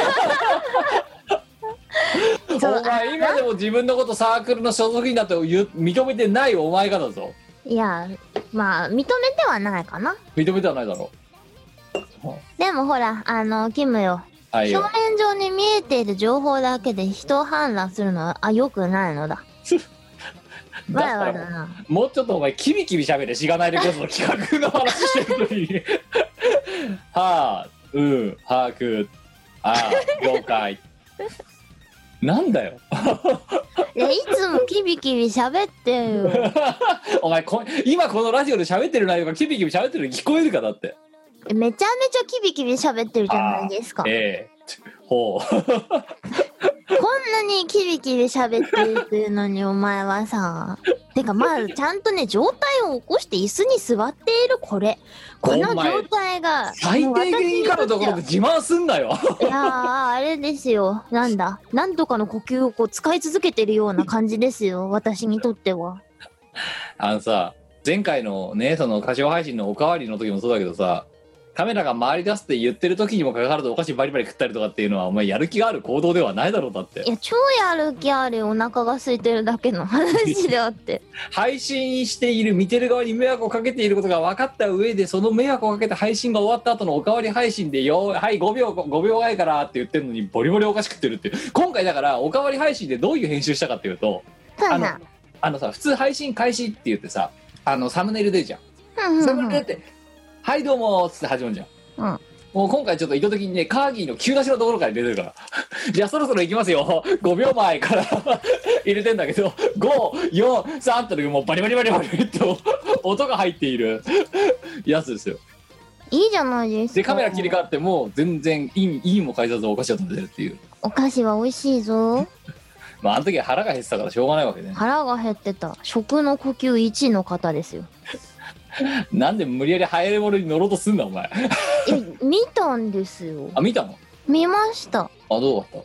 お前今でも自分のことサークルの所属員だと認めてないお前がだぞ。 いや、まあ認めてはないかな。 認めてはないだろう。でもほら、キムよ、表面上に見えている情報だけで人を判断するのは良くないのだ。 だからな、もうちょっとお前キビキビ喋れ、しがないレコードの企画の話してる時にはあ、把握、了解。なんだよ。 いや、いつもキビキビ喋ってるよ。 お前今このラジオで喋ってる内容がキビキビ喋ってるの聞こえるかだって。 めちゃめちゃキビキビ喋ってるじゃないですか。 ほう。 こんなにキビキビ喋ってるのにお前はさ、てかまずちゃんとね、状態を起こして椅子に座っているこの状態が最低限以下のところで自慢すんなよ。 いやー、あれですよ、なんとかの呼吸をこう使い続けてるような感じですよ、私にとっては。 さ、前回のね、その歌唱配信のおかわりの時もそうだけどさ、カメラが回り出すって言ってる時にもかかわらずお菓子バリバリ食ったりとかっていうのはお前やる気がある行動ではないだろう。だっていや、超やる気ある、お腹が空いてるだけの話であって配信している見てる側に迷惑をかけていることが分かった上で、その迷惑をかけた配信が終わった後のおかわり配信ではい5秒前からって言ってるのにボリボリお菓子食ってるっていう。今回だからおかわり配信でどういう編集したかっていうと、さ、普通配信開始って言ってさ、サムネイル出るじゃん。サムネイルってはいどうもーっつって始まるじゃん。もう今回ちょっと意図的にね、カーギーの急出しのところから入れてるからじゃあそろそろ行きますよ、5秒前から入れてんだけど、5、4、3って時もうバリバリバリバリって音が入っているやつですよ。 いいじゃないですか。 でカメラ切り替わっても全然いいも介さずお菓子を食べてるっていう。 お菓子は美味しいぞまああの時は腹が減ってたからしょうがないわけね。 腹が減ってた。食の呼吸1の方ですよなんで無理やり流行り物に乗ろうとすんなお前見たんですよ。 見たの？ 見ました。 どうだった？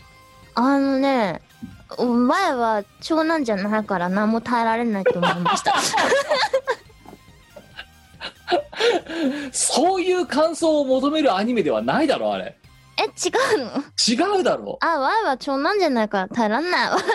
前は長男じゃないから何も耐えられないと思いましたそういう感想を求めるアニメではないだろあれ。 違うの？違うだろ。 ワイは長男じゃないから耐えられないわ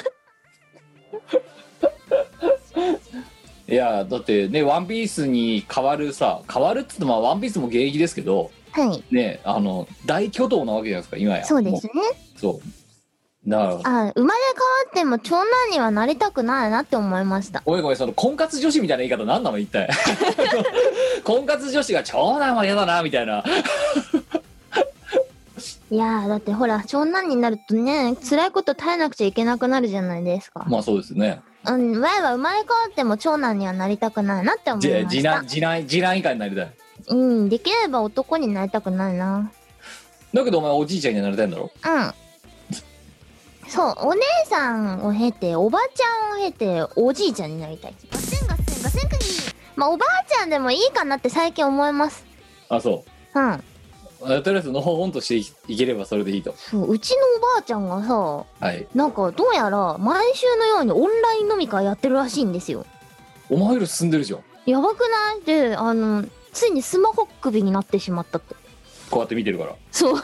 いやだってね、ワンピースに変わるっつってもワンピースも現役ですけど、 はいね、大巨頭なわけじゃないですか今や。 そうですね。 そうだから生まれ変わっても長男にはなりたくないなって思いました。 ごめんその婚活女子みたいな言い方何なの一体婚活女子が長男は嫌だなみたいないやだってほら長男になるとね、辛いこと耐えなくちゃいけなくなるじゃないですか。 まあそうですね。 わいは生まれ変わっても長男にはなりたくないなって思いました。 次男以下になりたい。 できれば男になりたくないな。 だけどお前おじいちゃんになりたいんだろ。 そう、お姉さんを経ておばちゃんを経ておじいちゃんになりたい。ガセンガセンガセンクニー。まあおばあちゃんでもいいかなって最近思います。 あ、そう。とりあえずのほほんとしていければそれでいいと。 そう、うちのおばあちゃんがさ、なんかどうやら毎週のようにオンライン飲み会やってるらしいんですよ。 お前より進んでるじゃん。 やばくないで、ついにスマホ首になってしまったって。 こうやって見てるから。 そう。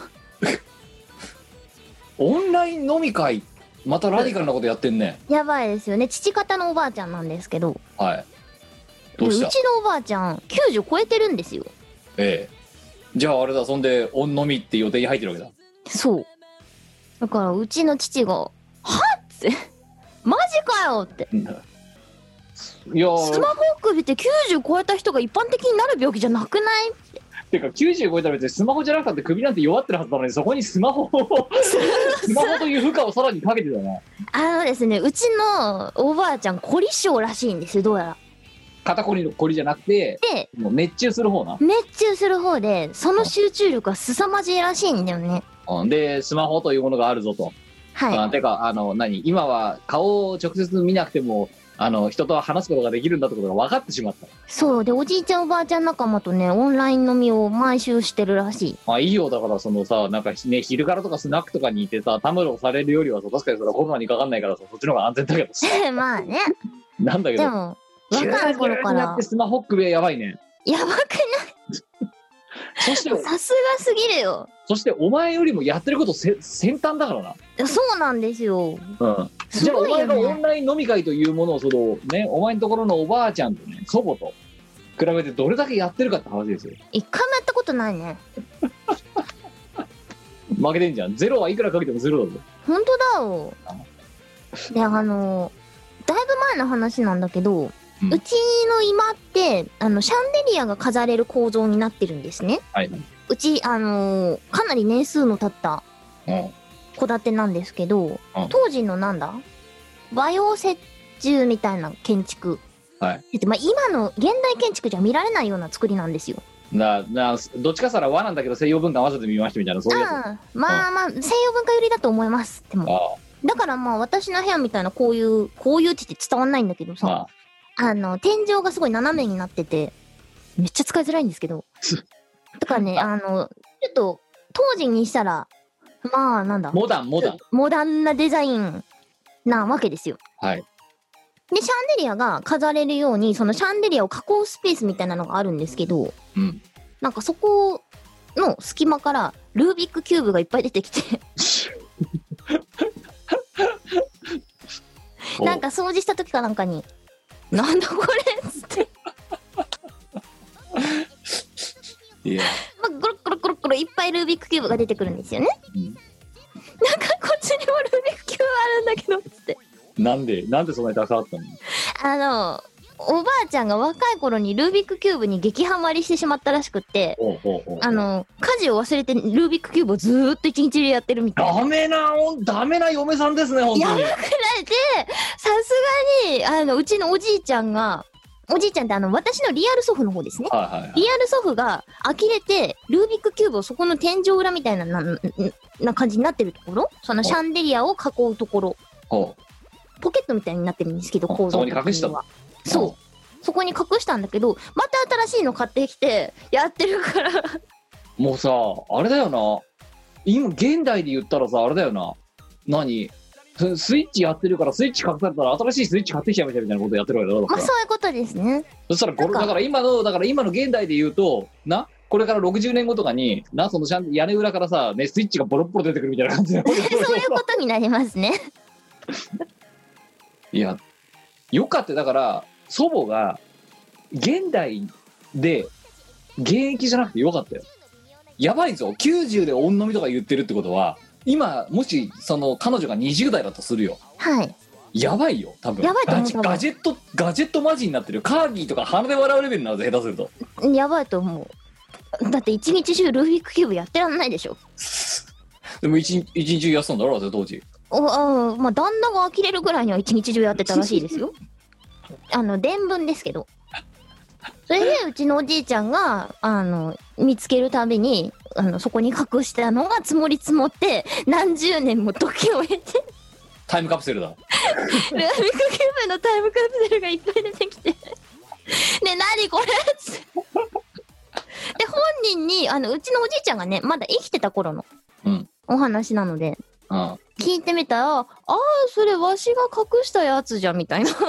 オンライン飲み会、またラディカルなことやってんね。 やばいですよね。父方のおばあちゃんなんですけど。 はい。どうした？ うちのおばあちゃん90超えてるんですよ。 じゃああれだ、そんでオン飲みって予定に入ってるわけだ。 そう。だからうちの父が「はっ!」って「マジかよ!」って。いやスマホ首って90超えた人が一般的になる病気じゃなくない？ てか90超えたら別にスマホじゃなくたって首なんて弱ってるはずなのに、そこにスマホという負荷をさらにかけてたな。 ですね、うちのおばあちゃん凝り性らしいんですよ、どうやら。 肩こりの凝りじゃなくて、もう熱中する方な。 熱中する方で、その集中力は凄まじいらしいんだよね。 でスマホというものがあるぞと。てか今は顔を直接見なくても人と話すことができるんだってことが分かってしまった。 そうで、おじいちゃんおばあちゃん仲間とね、オンライン飲みを毎週してるらしい。 いいよ。だからそのさ、なんかね、昼からとかスナックとかにいてさ、たむろされるよりはさ、確かにそれはコロナにかかんないからさ、そっちの方が安全だけどさ。 まあね。 なんだけど、 でも若い頃から。 スマホ首はやばいね。 やばくない？ そしてさすがすぎるよ。 そしてお前よりもやってること先端だからな。 そうなんですよ。 じゃあお前がオンライン飲み会というものをお前のところのおばあちゃんとね、祖母と比べてどれだけやってるかって話ですよ。 一回もやったことないね。 負けてんじゃん。ゼロはいくらかけてもゼロだぞ。 本当だよ。でだいぶ前の話なんだけど、うちの居間ってシャンデリアが飾れる構造になってるんですね。うちかなり年数の経った戸建てなんですけど、当時の和洋折衷みたいな建築、今の現代建築じゃ見られないような作りなんですよ。 どっちかさら和なんだけど西洋文化合わせてみましたみたいな、そういうやつ。まあ西洋文化寄りだと思います。でもだから私の部屋みたいなこういうって言って伝わんないんだけどさ、天井がすごい斜めになっててめっちゃ使いづらいんですけどだからね、ちょっと当時にしたらモダンなデザインなわけですよ。でシャンデリアが飾れるように、そのシャンデリアを囲うスペースみたいなのがあるんですけど、なんかそこの隙間からルービックキューブがいっぱい出てきてなんか掃除した時かなんかになんだこれっつってゴロゴロゴロゴロいっぱいルービックキューブが出てくるんですよね。なんかこっちにもルービックキューブあるんだけどっつって。 なんでそんなにたくさんあったの？ おばあちゃんが若い頃にルービックキューブに激ハマりしてしまったらしくって、家事を忘れてルービックキューブをずーっと一日でやってるみたいな。 ダメな嫁さんですね、本当に。 やばくないで、さすがにうちのおじいちゃんって私のリアル祖父の方ですね。リアル祖父が呆れてルービックキューブをそこの天井裏みたいな感じになってるところ、そのシャンデリアを囲うところ、ポケットみたいになってるんですけど、構造的には。そこに隠したの？そう、そこに隠したんだけど、また新しいの買ってきてやってるからもうさ、あれだよな、今現代で言ったらさ、あれだよな、スイッチやってるから、スイッチ隠されたら新しいスイッチ買ってきちゃうみたいなことやってるわけだから。 そういうことですね。 そしたらだから今の現代で言うとこれから60年後とかにその屋根裏からさ、スイッチがボロッボロ出てくるみたいな感じでそういうことになりますねいや、よかった。だから祖母が現代で現役じゃなくてよかったよ。やばいぞ、90でオン飲みとか言ってるってことは、今もしその彼女が20代だとするよ。やばいよ、多分。 やばいと思う。 ガジェットマジになってる。カーギーとか鼻で笑うレベルになるぞ、下手すると。 やばいと思う。だって一日中ルービックキューブやってらんないでしょ。 でも一日中やってたんだろう、当時。 まあ旦那が呆れるぐらいには一日中やってたらしいですよ。伝聞ですけど。それでうちのおじいちゃんが見つけるたびにそこに隠したのが積もり積もって何十年も時を経てタイムカプセルだ。 ルービックキューブのタイムカプセルがいっぱい出てきてで何これっつってで本人にうちのおじいちゃんがねまだ生きてた頃のお話なので、聞いてみたらそれわしが隠したやつじゃんみたいな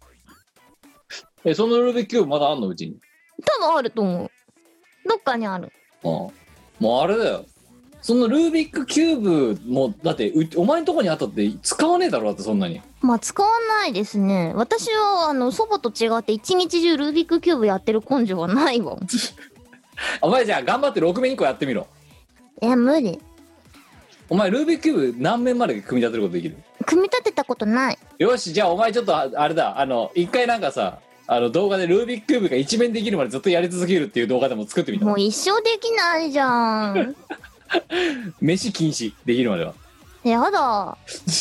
そのルービックキューブまだあんのうちに？ 多分あると思う。どっかにある。 もうあれだよ。そのルービックキューブもだってお前んとこにあったって使わねえだろだってそんなに。 まあ使わないですね。私は祖母と違って一日中ルービックキューブやってる根性はないわ。 お前じゃあ頑張って6面1個やってみろ。 いや無理。 お前ルービックキューブ何面まで組み立てることできる？ 組み立てたことない。 よしじゃあお前ちょっとあれだ一回なんかさ動画でルービックキューブが一面できるまでずっとやり続けるっていう動画でも作ってみた。 もう一生できないじゃん。 飯禁止できるまでは。 やだ。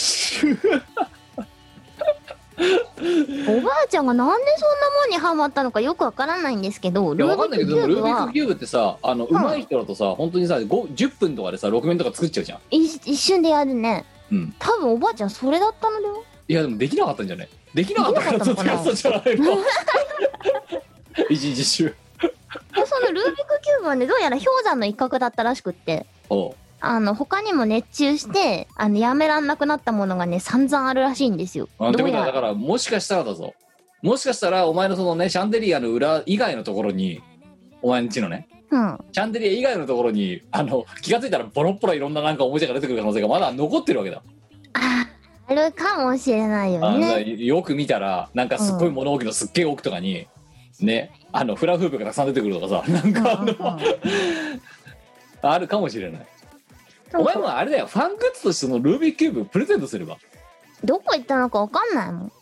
おばあちゃんがなんでそんなもんにハマったのかよくわからないんですけど。 いやわかんないけどでもルービックキューブってさ上手い人だとさ本当にさ10分とかでさ6面とか作っちゃうじゃん。 一瞬でやるね。多分おばあちゃんそれだったのだよ。 いやでもできなかったんじゃない？できなかったからずっとやったじゃないの。一日中。 そのルービックキューブはねどうやら氷山の一角だったらしくって。他にも熱中してやめらんなくなったものがね散々あるらしいんですよ。 ってことはだからもしかしたらだぞ。もしかしたらお前のそのねシャンデリアの裏以外のところにお前んちのね、シャンデリア以外のところに気がついたらボロッボロいろんななんかおもちゃが出てくる可能性がまだ残ってるわけだ。 あるかもしれないよね。 よく見たらなんかすっごい物置のすっげえ奥とかにねフラフープがたくさん出てくるとかさなんかあるかもしれない。お前もあれだよファングッズとしてのルービックキューブプレゼントすれば。 どこ行ったのか分かんないもん。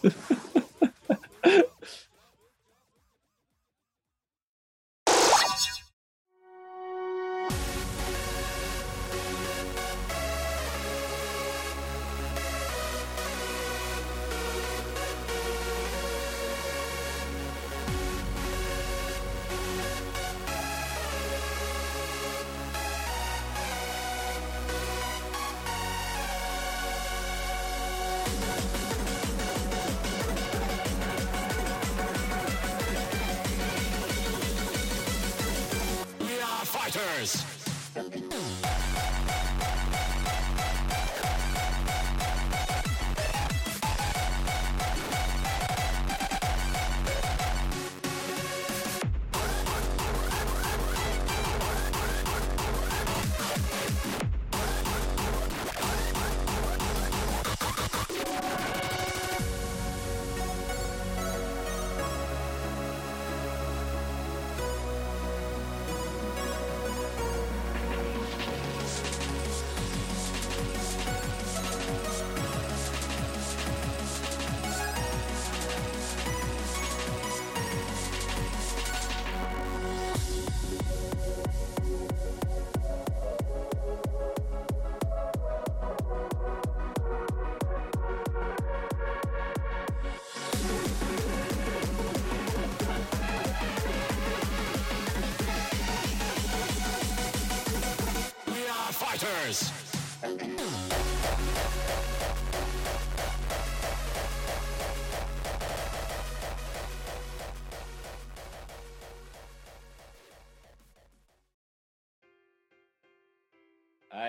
はい、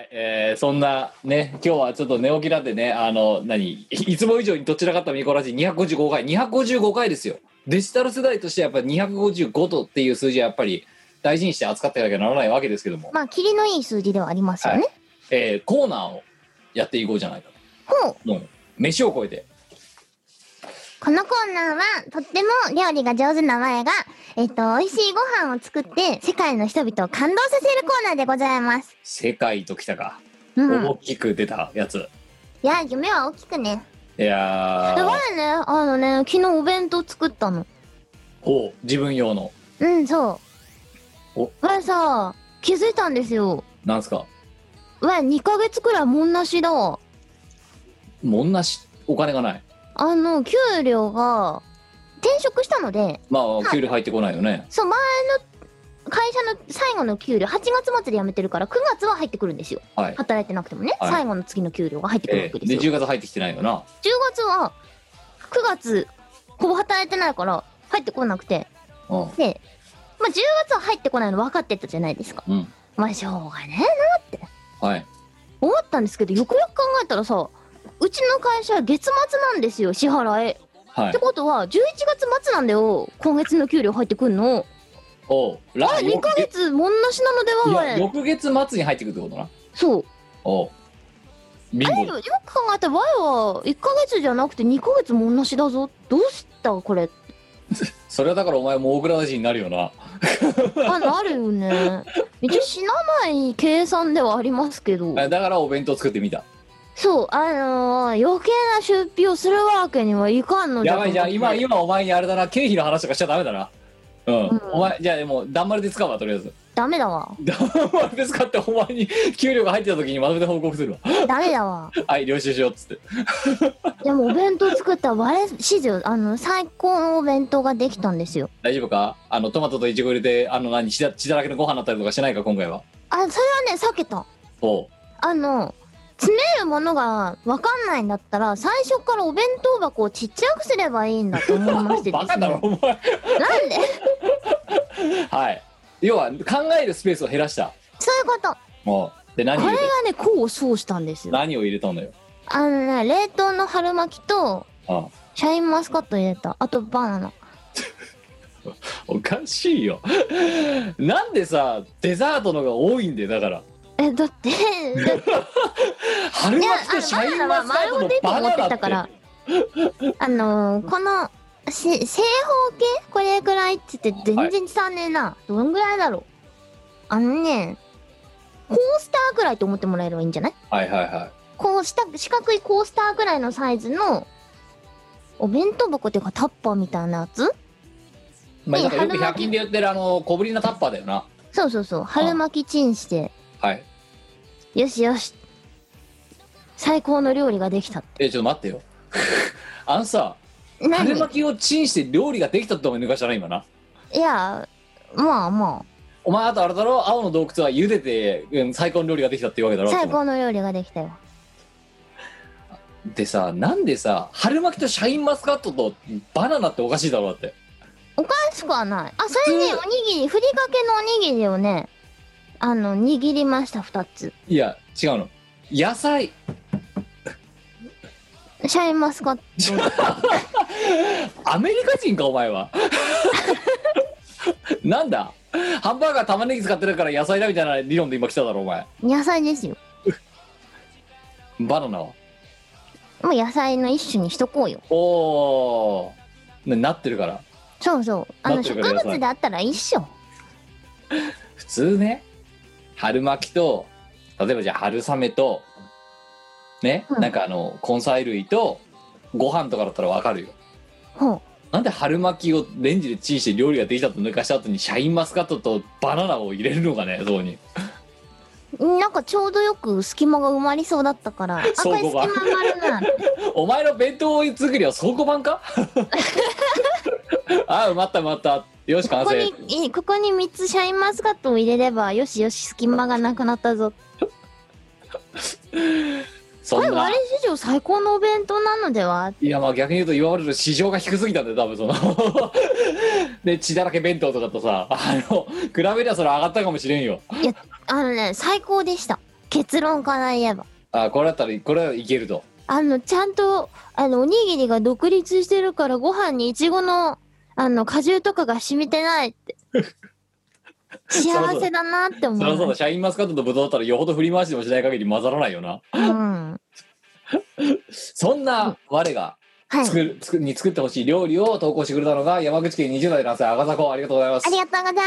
そんなね今日はちょっと寝起きなんでねいつも以上にどちらかったミコラジ255回ですよ。デジタル世代としてやっぱり255度っていう数字はやっぱり大事にして扱っていかなきゃならないわけですけども、 まあキリのいい数字ではありますよね。 はい、コーナーをやっていこうじゃないかと。もう飯を超えて。 このコーナーはとっても料理が上手な我が美味しいご飯を作って世界の人々を感動させるコーナーでございます。 世界ときたか、大きく出たやつ。 いや夢は大きくね。 いや我ね昨日お弁当作ったの。 自分用の。 そう我さ気づいたんですよ。 なんすか。 2ヶ月くらいもんなしだわ。 もんなしお金がない。 給料が転職したので、 まあ給料入ってこないよね。 そう、前の会社の最後の給料8月末で辞めてるから9月は入ってくるんですよ、はい、働いてなくてもね、はい、最後の月の給料が入ってくるわけですよ、 で10月入ってきてないよな。 10月は9月ほぼ働いてないから入ってこなくて、で、まあ、10月は入ってこないの分かってたじゃないですか、まあしょうがねえなって思ったんですけど、よくよく考えたらさ、うちの会社は月末なんですよ、支払い、ってことは11月末なんだよ、今月の給料入ってくんの。あれ2ヶ月もんなしなのでは。 いや翌月末に入ってくるってことな。 そう。 おう。 よく考えたら我は1ヶ月じゃなくて2ヶ月もんなしだぞ。どうしたこれ。 それはだからお前も大蔵大臣になるよな。 なるよね。一応死なない計算ではありますけど。 だからお弁当作ってみた。 そう、余計な出費をするわけにはいかんのじゃ。 やばい、じゃあ今お前にあれだな、経費の話とかしちゃダメだな。お前じゃあでもだんまりで使うわ、とりあえず。 ダメだわ。 だんまりで使ってお前に給料が入ってた時にまとめて報告するわ。 ダメだわ。 はい、領収しようっつって。 でもお弁当作ったら我史上最高のお弁当ができたんですよ。 大丈夫か？トマトとイチゴ入れて血だらけのご飯になったりとかしないか今回は。 それはね避けた。 お詰めるものが分かんないんだったら最初からお弁当箱をちっちゃくすればいいんだと思いましてですね。 バカだろお前。なんではい、要は考えるスペースを減らした。 そういうこと。 で何これがね功を奏したんですよ。 何を入れたのよ。 冷凍の春巻きとシャインマスカット入れた。あとバナナ。 おかしいよ。なんでさデザートのが多いんだよ。だからだって春巻きとシャインマスカットとバナナってこの正方形これくらいって言って全然伝わんねえな、はい、どんぐらいだろう。コースターくらいと思ってもらえればいいんじゃない？ はいはいはい。 四角いコースターくらいのサイズのお弁当箱っていうかタッパーみたいなやつ。 まあなんかよく100均で売ってる小ぶりなタッパーだよな。 そうそうそう、春巻きチンして、 はい、 よしよし最高の料理ができた。 ちょっと待ってよ。さ春巻きをチンして料理ができたって思い抜かしたな今な。 いやまあまあお前あとあれだろ、青の洞窟は茹でて、最高の料理ができたっていうわけだろ。 最高の料理ができたよ。 でさ、なんでさ春巻きとシャインマスカットとバナナっておかしいだろうだって。 おかしくはない。それね、おにぎりふりかけのおにぎりをね握りました2つ。 いや違うの、野菜シャインマスカット。 アメリカ人かお前は。なんだハンバーガー玉ねぎ使ってるから野菜だみたいな理論で今来ただろお前。 野菜ですよ。 バナナはもう野菜の一種にしとこうよ。 おー、なってるから。 そうそう、植物であったら一緒。 普通ね、春巻きと例えばじゃあ春雨とね、なんか根菜類とご飯とかだったらわかるよ。なんで春巻きをレンジでチンして料理ができたと抜かした後にシャインマスカットとバナナを入れるのかね、そこに。 なんかちょうどよく隙間が埋まりそうだったから、 これ隙間埋まるな。お前の弁当作りは倉庫版か？埋まった埋まった。よし完成。 ここに3つシャインマスカットを入れればよしよし隙間がなくなったぞ。これ我史上最高のお弁当なのでは？ いやまあ逆に言うと今までの市場が低すぎたんだよ多分その。で血だらけ弁当とかとさ比べりゃそれ上がったかもしれんよ。 いや最高でした。結論から言えばこれだったらこれはいけると。 ちゃんとおにぎりが独立してるからご飯にいちごの果汁とかが染みてないって幸せだなって思う。 そうだ、シャインマスカットとブドウだったらよほど振り回してもしない限り混ざらないよな。そんな我が作ってほしい料理を投稿してくれたのが山口県20代の男性赤坂。ありがとうございます。 ありがとうございます。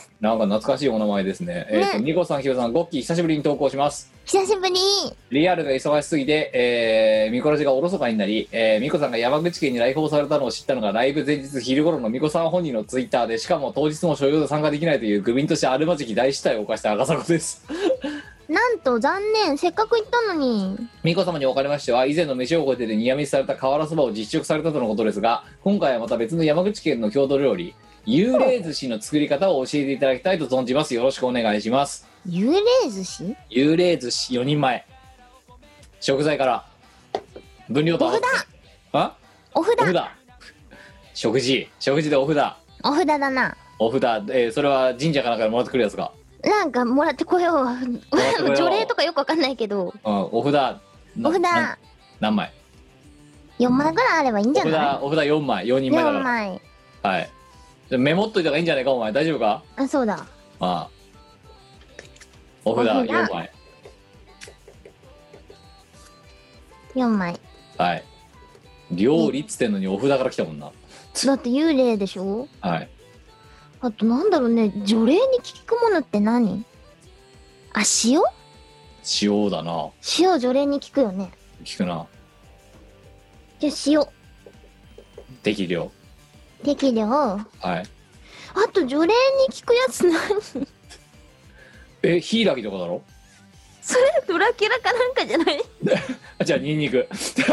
なんか懐かしいお名前ですね。ニコさん、ヒロさん、ゴッキー久しぶりに投稿します。 久しぶり。 リアルが忙しすぎて、ミコラジがおろそかになり、ミコさんが山口県に来訪されたのを知ったのがライブ前日昼頃のミコさん本人のツイッターで、しかも当日も所要で参加できないという愚民としてあるまじき大失態を犯した赤坂です。 なんと残念、せっかく行ったのに。 美子様におかれましては、以前の飯を超えてでニヤミスされた瓦そばを実食されたとのことですが、今回はまた別の山口県の郷土料理、幽霊寿司の作り方を教えていただきたいと存じます。よろしくお願いします。 幽霊寿司？ 幽霊寿司4人前。食材から分量とお札。 あ？ お札。 お札。食事でお札。 お札だな。 お札、それは神社かなんかでもらってくるやつか。 なんかもらってこよう。除霊とかよくわかんないけど。 うん、お札。 お札。 何枚 ？4枚ぐらいあればいいんじゃない？ お札4枚、4人前だから。 4枚。 はい。メモっといた方がいいんじゃないか、お前。大丈夫か？ あ、そうだ。 ああ。お札4枚。 4枚。 はい。料理っつってんのにお札から来たもんな。 だって幽霊でしょ？ はい。 あとなんだろうね、除霊に効くものって何？あ、塩？ 塩だな。 塩除霊に効くよね。 効くな。 じゃあ塩。 適量。 適量。はい。 あと除霊に効くやつ何？ ヒイラギとかだろ？ それドラキュラかなんかじゃない？ じゃあニンニク。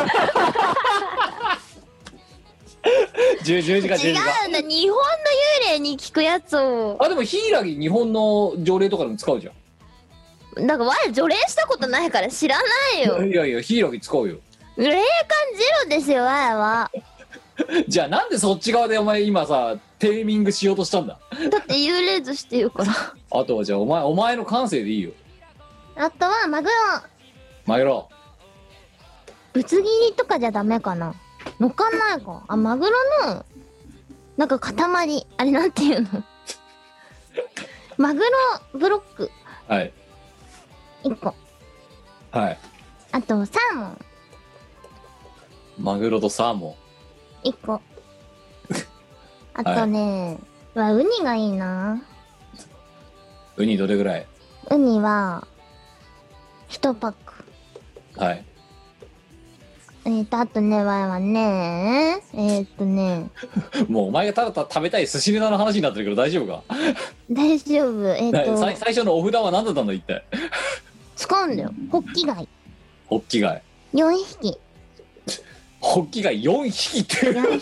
十字架。 違うんだ、日本の幽霊に効くやつを。 あ、でもヒイラギ日本の条例とかでも使うじゃん。だから我除霊したことないから知らないよ。 いやヒイラギ使うよ。 霊感ゼロですよ我は。 じゃあなんでそっち側でお前今さテーミングしようとしたんだ？ だって幽霊寿司って言うから。 あとはじゃあお前の感性でいいよ。 あとはマグロ。ぶつ切りとかじゃダメかな。のかんないか。あ、マグロのなんか塊、あれなんていうの？マグロブロック。 はい。 1個。 はい。 あとサーモン。 マグロとサーモン。1個。あとね、はい、ウニがいいな。 ウニどれぐらい？ ウニは1パック。 はい。 あとね、はね、 もうお前がただ食べたい寿司ネタの話になってるけど大丈夫か？ 大丈夫。 最初のお札は何だったんだ一体？ 使うんだよ。ホッキ貝。 ホッキ貝。 4匹。 ホッキ貝4匹って。4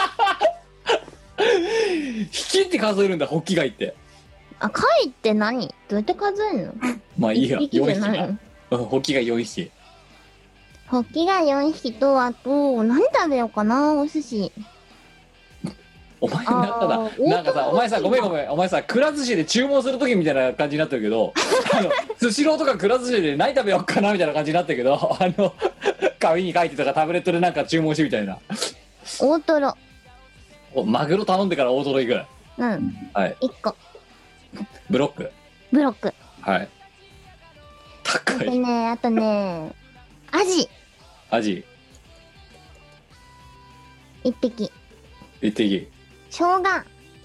匹。匹って数えるんだ、ホッキ貝って。 あ、貝って何？どうやって数えるの？ まあいいや、4匹な。ホッキ貝4匹。 ホッキ貝4匹と、あと、何食べようかな、お寿司。 お前なんかさ、お前さ、ごめん、お前さ、くら寿司で注文するときみたいな感じになってるけど、スシローとかくら寿司で何食べようかなみたいな感じになってるけど、紙に書いてとかタブレットでなんか注文してみたいな。 大トロ。 マグロ頼んでから大トロいく。 うん。 はい。 1個。 ブロック。はい。高い。 あとね、アジ。1匹。 1匹。 生姜。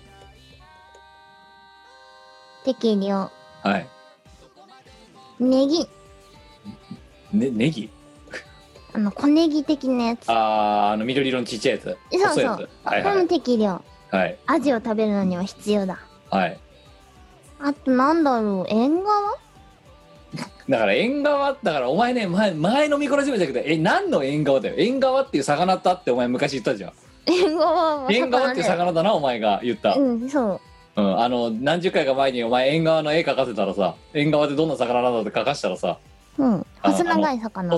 適量。 はい。 ネギ。 ネギ？ 小ネギ的なやつ。 緑色のちっちゃいやつ。 そう。これも適量。 はい。 アジを食べるのには必要だ。 はい。 あとなんだろう、縁側？ だから縁側だからお前ね前飲みこらしめたけど何の縁側だよ。縁側っていう魚だってお前昔言ったじゃん。縁側っていう魚だなお前が言った。 うんそう。 何十回か前にお前縁側の絵描かせたらさ、縁側ってどんな魚なんだって描かしたらさ、 細長い魚。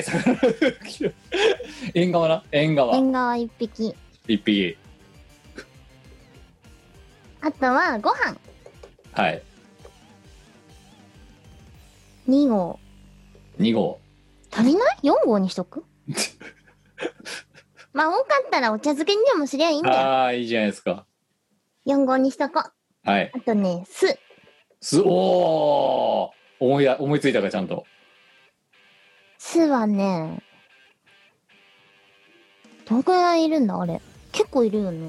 縁側な。縁側 1匹。あとはご飯。 はい。 2合。足りない？ 4 合にしとく？まあ多かったらお茶漬けにでもすりゃいいんだよ。 ああ、いいじゃないですか。 4合にしとこう。 はい。 あとね、酢。 おー、思いついたかちゃんと。 酢はね、どのくらいいるんだあれ。結構いるよね。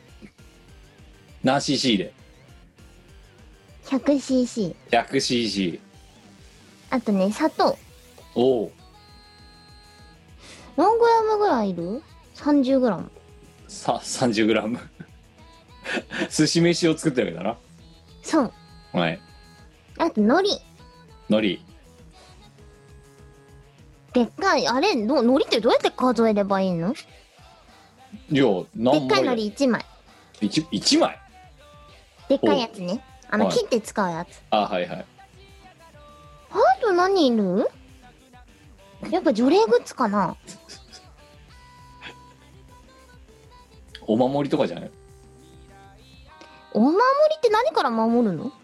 何 cc で？ 100cc。 100cc。 あとね、砂糖。 おお。 何グラムぐらいいる？ 30 グラム。 30グラム。寿司飯を作ってるわけだな。 そう。 はい。 あと海苔。 でっかい、あれ、海苔ってどうやって数えればいいの？ いや、 でっかい海苔1枚。 1枚でっかいやつね。切って使うやつ。 あ、はいはい。 あと何いる？やっぱ除霊グッズかな。 お守りとかじゃない？ お守りって何から守るの？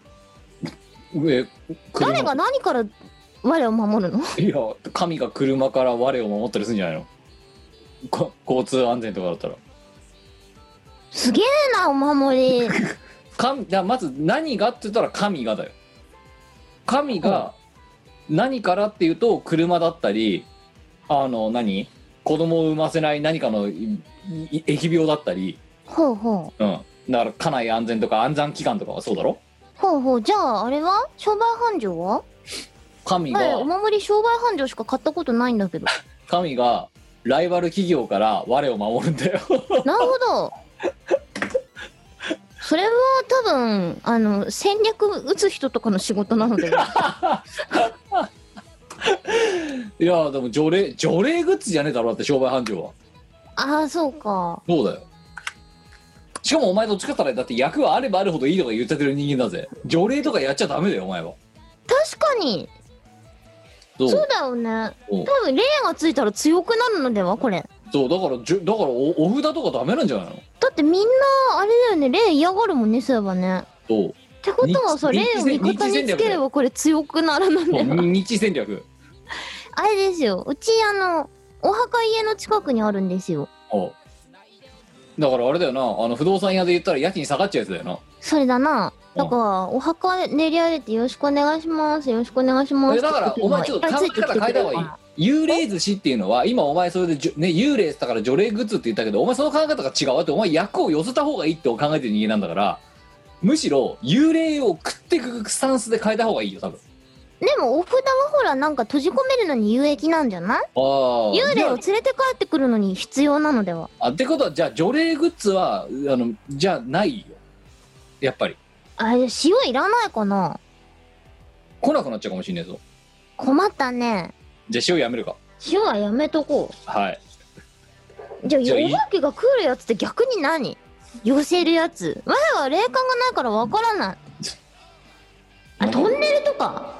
誰が何から我を守るの？ いや、神が車から我を守ったりするんじゃないの？交通安全とかだったら。 すげえな、お守り。 まず何がって言ったら神がだよ。神が何からっていうと、車だったり、子供を産ませない何かの疫病だったり、 ほうほう。うん。だから家内安全とか安産祈願とかはそうだろ？ ほうほう。じゃああれは商売繁盛は？ 神がお守り商売繁盛しか買ったことないんだけど。 神がライバル企業から我を守るんだよ。 なるほど。それは多分戦略打つ人とかの仕事なのでは。 いやでも除霊グッズじゃねえだろだって商売繁盛は。 ああそうか。 そうだよ。しかもお前どっちかって言ったらだって役はあればあるほどいいとか言っちゃってる人間だぜ。除霊とかやっちゃダメだよお前は。 確かに。そうだよね。多分霊がついたら強くなるのではこれ。 そうだからお札とかダメなんじゃないの？ だってみんなあれだよね、霊嫌がるもんね、そういえばね。 そう。 ってことはさ、霊を味方につければこれ強くなるのでは。 日戦略。 あれですよ、うちお墓家の近くにあるんですよ。 だからあれだよな、不動産屋で言ったら家賃下がっちゃうやつだよな。 それだな。だからお墓練り上げてよろしくお願いします、よろしくお願いします。 だからお前ちょっと考え方変えた方がいい。幽霊寿司っていうのは今お前それでね幽霊だから除霊グッズって言ったけど、お前その考え方が違うって、お前役を寄せた方がいいって考えてる人間なんだから、むしろ幽霊を食ってくスタンスで変えた方がいいよ多分。 でもお札はほらなんか閉じ込めるのに有益なんじゃない？幽霊を連れて帰ってくるのに必要なのでは。 ってことはじゃあ除霊グッズはじゃあないよやっぱり。 あれ塩いらないかな？ 来なくなっちゃうかもしんねえぞ。 困ったね。じゃあ塩やめるか。 塩はやめとこう。はい。 じゃあお化けが食うやつって逆に何？寄せるやつ。我は霊感がないからわからない。あ、トンネルとか。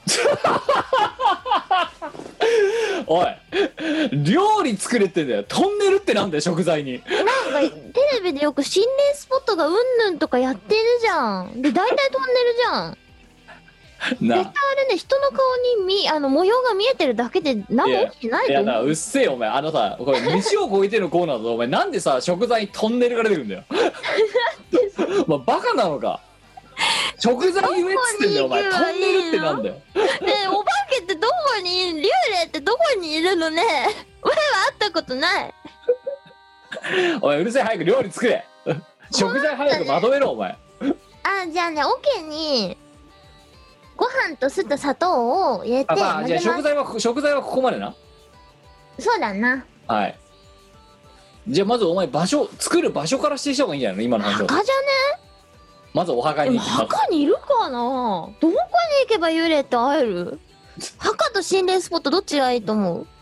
おい料理作れってんだよ。トンネルってなんだよ食材に。 なんかテレビでよく心霊スポットがうんぬんとかやってるじゃん。で大体トンネルじゃん。絶対あれね、人の顔に模様が見えてるだけで何も起きてないと思う。 いやうっせえよお前。さこれ飯を超えてるコーナーだぞお前。なんでさ食材にトンネルが出てくるんだよ。まあバカなのか。食材言えっつってんだよお前。トンネルってなんだよ。ねえ、お化けってどこに、幽霊ってどこにいるのね。俺は会ったことない。 お前うるせえ、早く料理作れ。食材早くまとめろお前。 じゃあね、桶にご飯と酢と砂糖を入れて。 じゃあ食材はここまでな。 そうだな。 はい。じゃあまずお前作る場所からしてした方がいいんじゃないの今の話を。 墓じゃね？ まずお墓に行きます。 墓にいるかな？どこに行けば幽霊って会える？墓と心霊スポットどっちがいいと思う？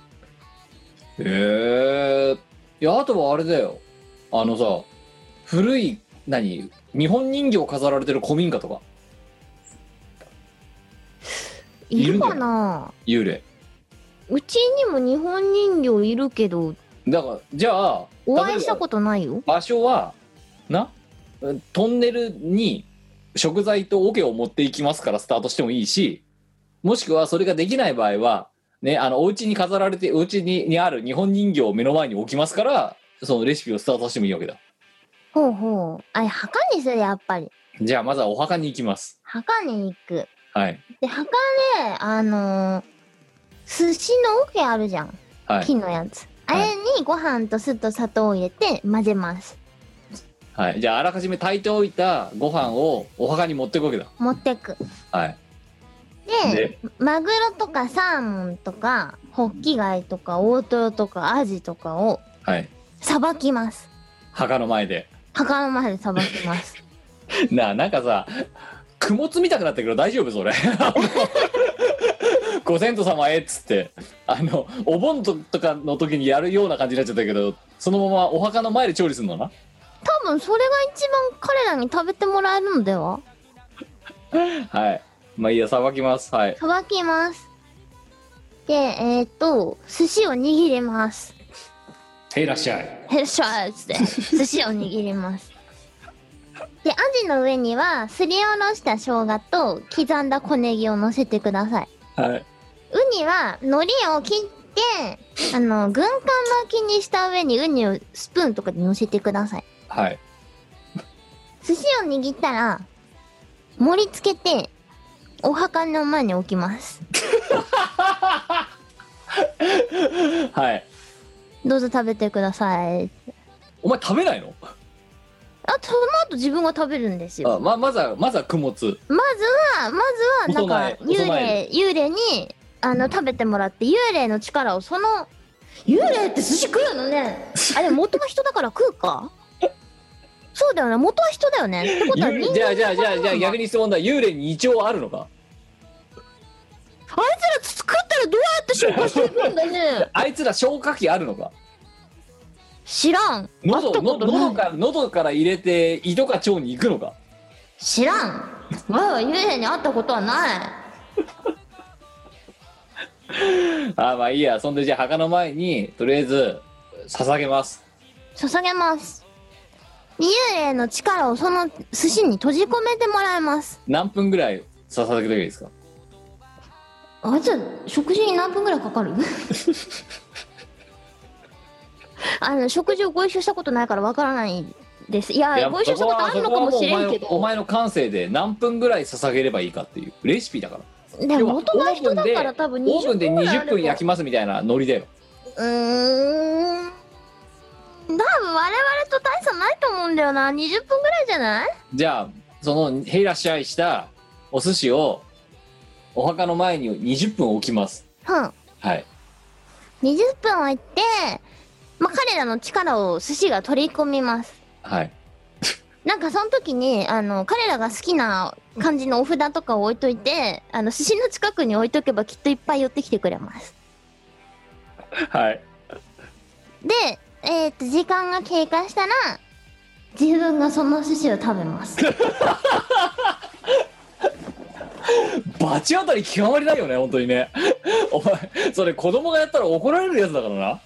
いやあとはあれだよ。さ古い日本人形飾られてる古民家とかいるかな？ 幽霊。 うちにも日本人形いるけど、 だからじゃあお会いしたことないよ。 場所はトンネルに食材と桶を持っていきますからスタートしてもいいし、もしくはそれができない場合はね、お家に飾られてお家にある日本人形を目の前に置きますから、そのレシピをスタートしてもいいわけだ。 ほうほう。墓にするやっぱり。 じゃあまずはお墓に行きます。 墓に行く。 はい。 で墓で寿司の桶あるじゃん。はい。木のやつ。あれにご飯と酢と砂糖を入れて混ぜます。 はい。じゃああらかじめ炊いておいたご飯をお墓に持っていくわけだ。 持ってく。 はい。 でマグロとかサーモンとかホッキ貝とか大トロとかアジとかをさばきます。 墓の前で。 墓の前でさばきます。 なんかさ、供物見たくなってくる。大丈夫それ。 ご先祖様へっつってお盆とかの時にやるような感じになっちゃったけど、そのままお墓の前で調理するのな。 多分それが一番彼らに食べてもらえるのでは。 はい、まあいいや、さばきます。はい、 さばきます。で寿司を握ります。 へいらっしゃい。 へいらっしゃいっつって寿司を握ります。でアジの上にはすりおろした生姜と刻んだ小ネギを乗せてください。 はい。ウニは海苔を切って軍艦巻きにした上にウニをスプーンとかで乗せてください。 はい。 寿司を握ったら盛り付けてお墓の前に置きますはい。 どうぞ食べてください。 お前食べないの？ その後自分が食べるんですよ。 まずは供物。 まずはなんか幽霊に食べてもらって、幽霊の力を幽霊って寿司食うのね。あれ元は人だから食うかそうだよね、元は人だよね。ってことは人間。 じゃあ逆に質問だ。幽霊に胃腸あるのか？ あいつら作ったらどうやって消化していくんだねあいつら消化器あるのか？ 知らん。 喉から入れて胃とか腸に行くのか？ 知らん。前は幽霊に会ったことはないまあいいや。そんでじゃあ墓の前にとりあえず捧げます。幽霊の力をその寿司に閉じ込めてもらいます。何分ぐらい捧げてるいいですか？ あいつは食事に何分ぐらいかかる食事をご一緒したことないからわからないです。いやご一緒したことあるのかもしれんけど、 お前の感性で何分ぐらい捧げればいいかっていうレシピだから。 でも元が人だから多分20分オーブンで20分焼きますみたいなノリだよ。 多分我々と大差ないと思うんだよな。20分ぐらいじゃない？じゃあそのへいらっしゃいしたお寿司をお墓の前に20分置きます。はい。 20分置いて、彼らの力を寿司が取り込みます。 はい。 なんかその時に彼らが好きな感じのお札とかを置いといて、寿司の近くに置いとけばきっといっぱい寄ってきてくれます。 はい。 で時間が経過したら自分がその寿司を食べますバチ当たり極まりないよね本当にね。お前それ子供がやったら怒られるやつだからな。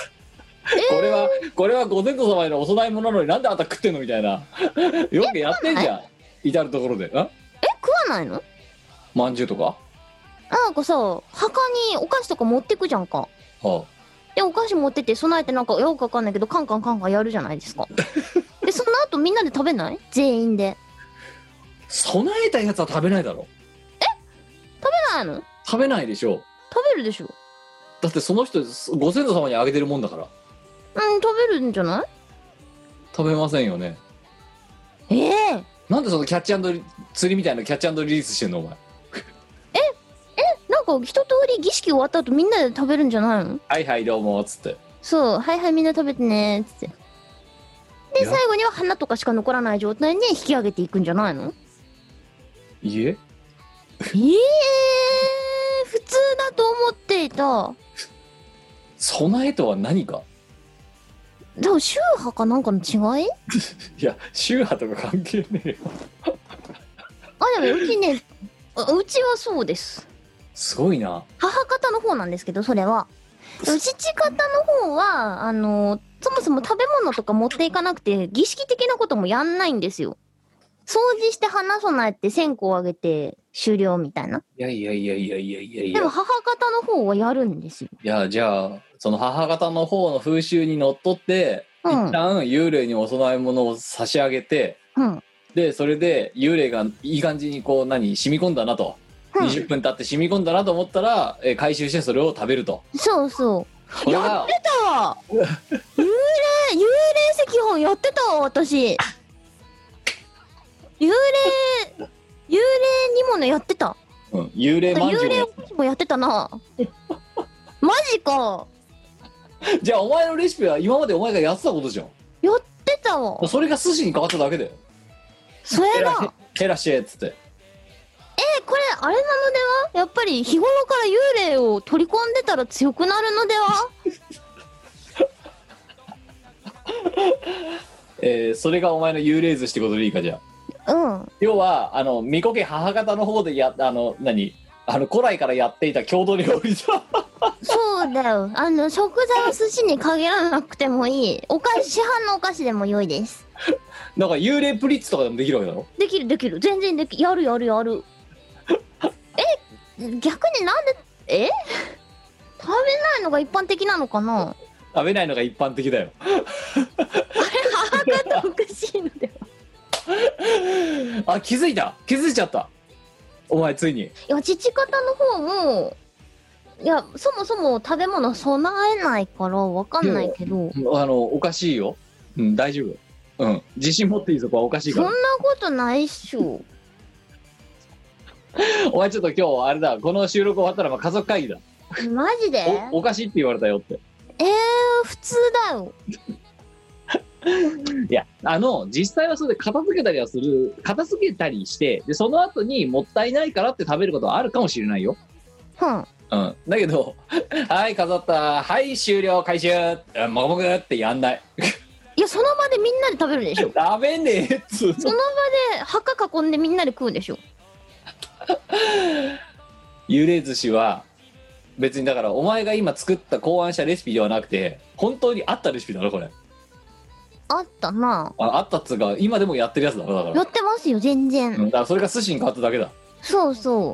これはご先祖様へのお供え物なのになんであんた食ってんのみたいな。よくやってんじゃん至るところで。 食わないの？ まんじゅうとかなんかさ、墓にお菓子とか持ってくじゃんか。でお菓子持ってて備えてなんかよくわかんないけどカンカンやるじゃないですかでその後みんなで食べない？全員で。 備えたやつは食べないだろ。 食べないの？ 食べないでしょ。 食べるでしょ。 だってその人ご先祖様にあげてるもんだから。 食べるんじゃない？ 食べませんよね。なんでそのキャッチ&釣りみたいなキャッチ&リリースしてんのお前。 なんか一通り儀式終わった後みんなで食べるんじゃないの？ はいはいどうもっつって。 そうはいみんな食べてねっつって。で最後には花とかしか残らない状態で引き上げていくんじゃないの？ 普通だと思っていた。 備えとは何か？ でも宗派かなんかの違い？ いや宗派とか関係ねえよでもうちねうちはそうです。 すごいな。 母方の方なんですけどそれは。父方の方はそもそも食べ物とか持っていかなくて儀式的なこともやんないんですよ。掃除して花備えて線香をあげて終了みたいな。いや。でも母方の方はやるんですよ。 いやじゃあその母方の方の風習にのっとって、一旦幽霊にお供え物を差し上げて、でそれで幽霊がいい感じにこう染み込んだなと、20分経って染み込んだなと思ったら、回収してそれを食べると。 そうやってたわ幽霊赤飯やってたわ私。幽霊煮物やってた。 幽霊まんじゅう幽霊もやってたなマジか。 じゃあお前のレシピは今までお前がやってたことじゃん。 やってたわ。 それが寿司に変わっただけだよ。 それがヘラシェっつってこれあれなのでは、やっぱり日頃から幽霊を取り込んでたら強くなるのでは。 それがお前の幽霊寿司ってことでいいか。じゃあ要は巫女家母方の方で古来からやっていた郷土料理だ。 そうだよ。食材は寿司に限らなくてもいい。市販のお菓子でも良いです。 なんか幽霊プリッツとかでもできるわけだろ。 できる全然できやる逆になんで食べないのが一般的なのかな。 食べないのが一般的だよ。 あれ母方おかしいのでは。気づいちゃった。お前ついに。 いや父方の方もいやそもそも食べ物備えないからわかんないけど、 おかしいよ。大丈夫。自信持っていいぞ。これおかしいから。 そんなことないっしょ。 お前ちょっと今日あれだ、この収録終わったら家族会議だ。 マジでおかしいって言われたよって。 普通だよ。 いや実際はそれで片付けたりしてでその後にもったいないからって食べることはあるかもしれないよ。だけどはい飾ったはい終了回収もぐもぐってやんない。 いやその場でみんなで食べるでしょ。 食べねえっつうの。 その場で墓囲んでみんなで食うでしょ。 幽霊寿司は別にだからお前が今作った考案したレシピではなくて本当にあったレシピだろこれ。 あったな。 あったっつうか今でもやってるやつだろ。だからやってますよ全然。 だからそれが寿司に変わっただけだ。 そうそう。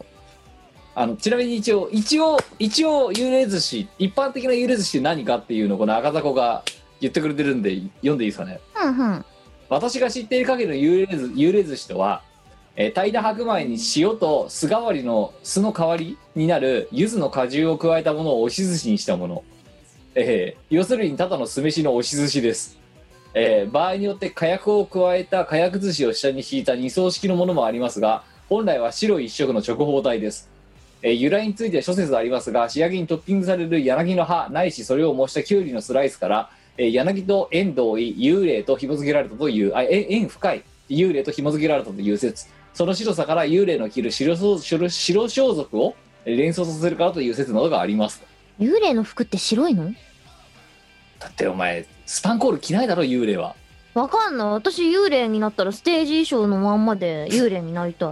ちなみに一応幽霊寿司一般的な幽霊寿司って何かっていうのをこの赤座子が言ってくれてるんで読んでいいですかね。私が知っている限りの幽霊寿司とは、炊いた白米に塩と酢の代わりになる柚子の果汁を加えたものを押し寿司にしたもの。要するにただの酢飯の押し寿司です。場合によって火薬を加えた火薬寿司を下に敷いた二層式のものもありますが、本来は白一色の直方体です。由来については諸説ありますが、仕上げにトッピングされる柳の葉ないしそれを模したキュウリのスライスから、柳と縁遠い幽霊と紐付けられたという縁深い幽霊と紐付けられたという説、その白さから幽霊の着る白装束を連想させるからという説などがあります。 幽霊の服って白いの？ だってお前スパンコール着ないだろ幽霊は。 わかんない。私幽霊になったらステージ衣装のまんまで幽霊になりたい。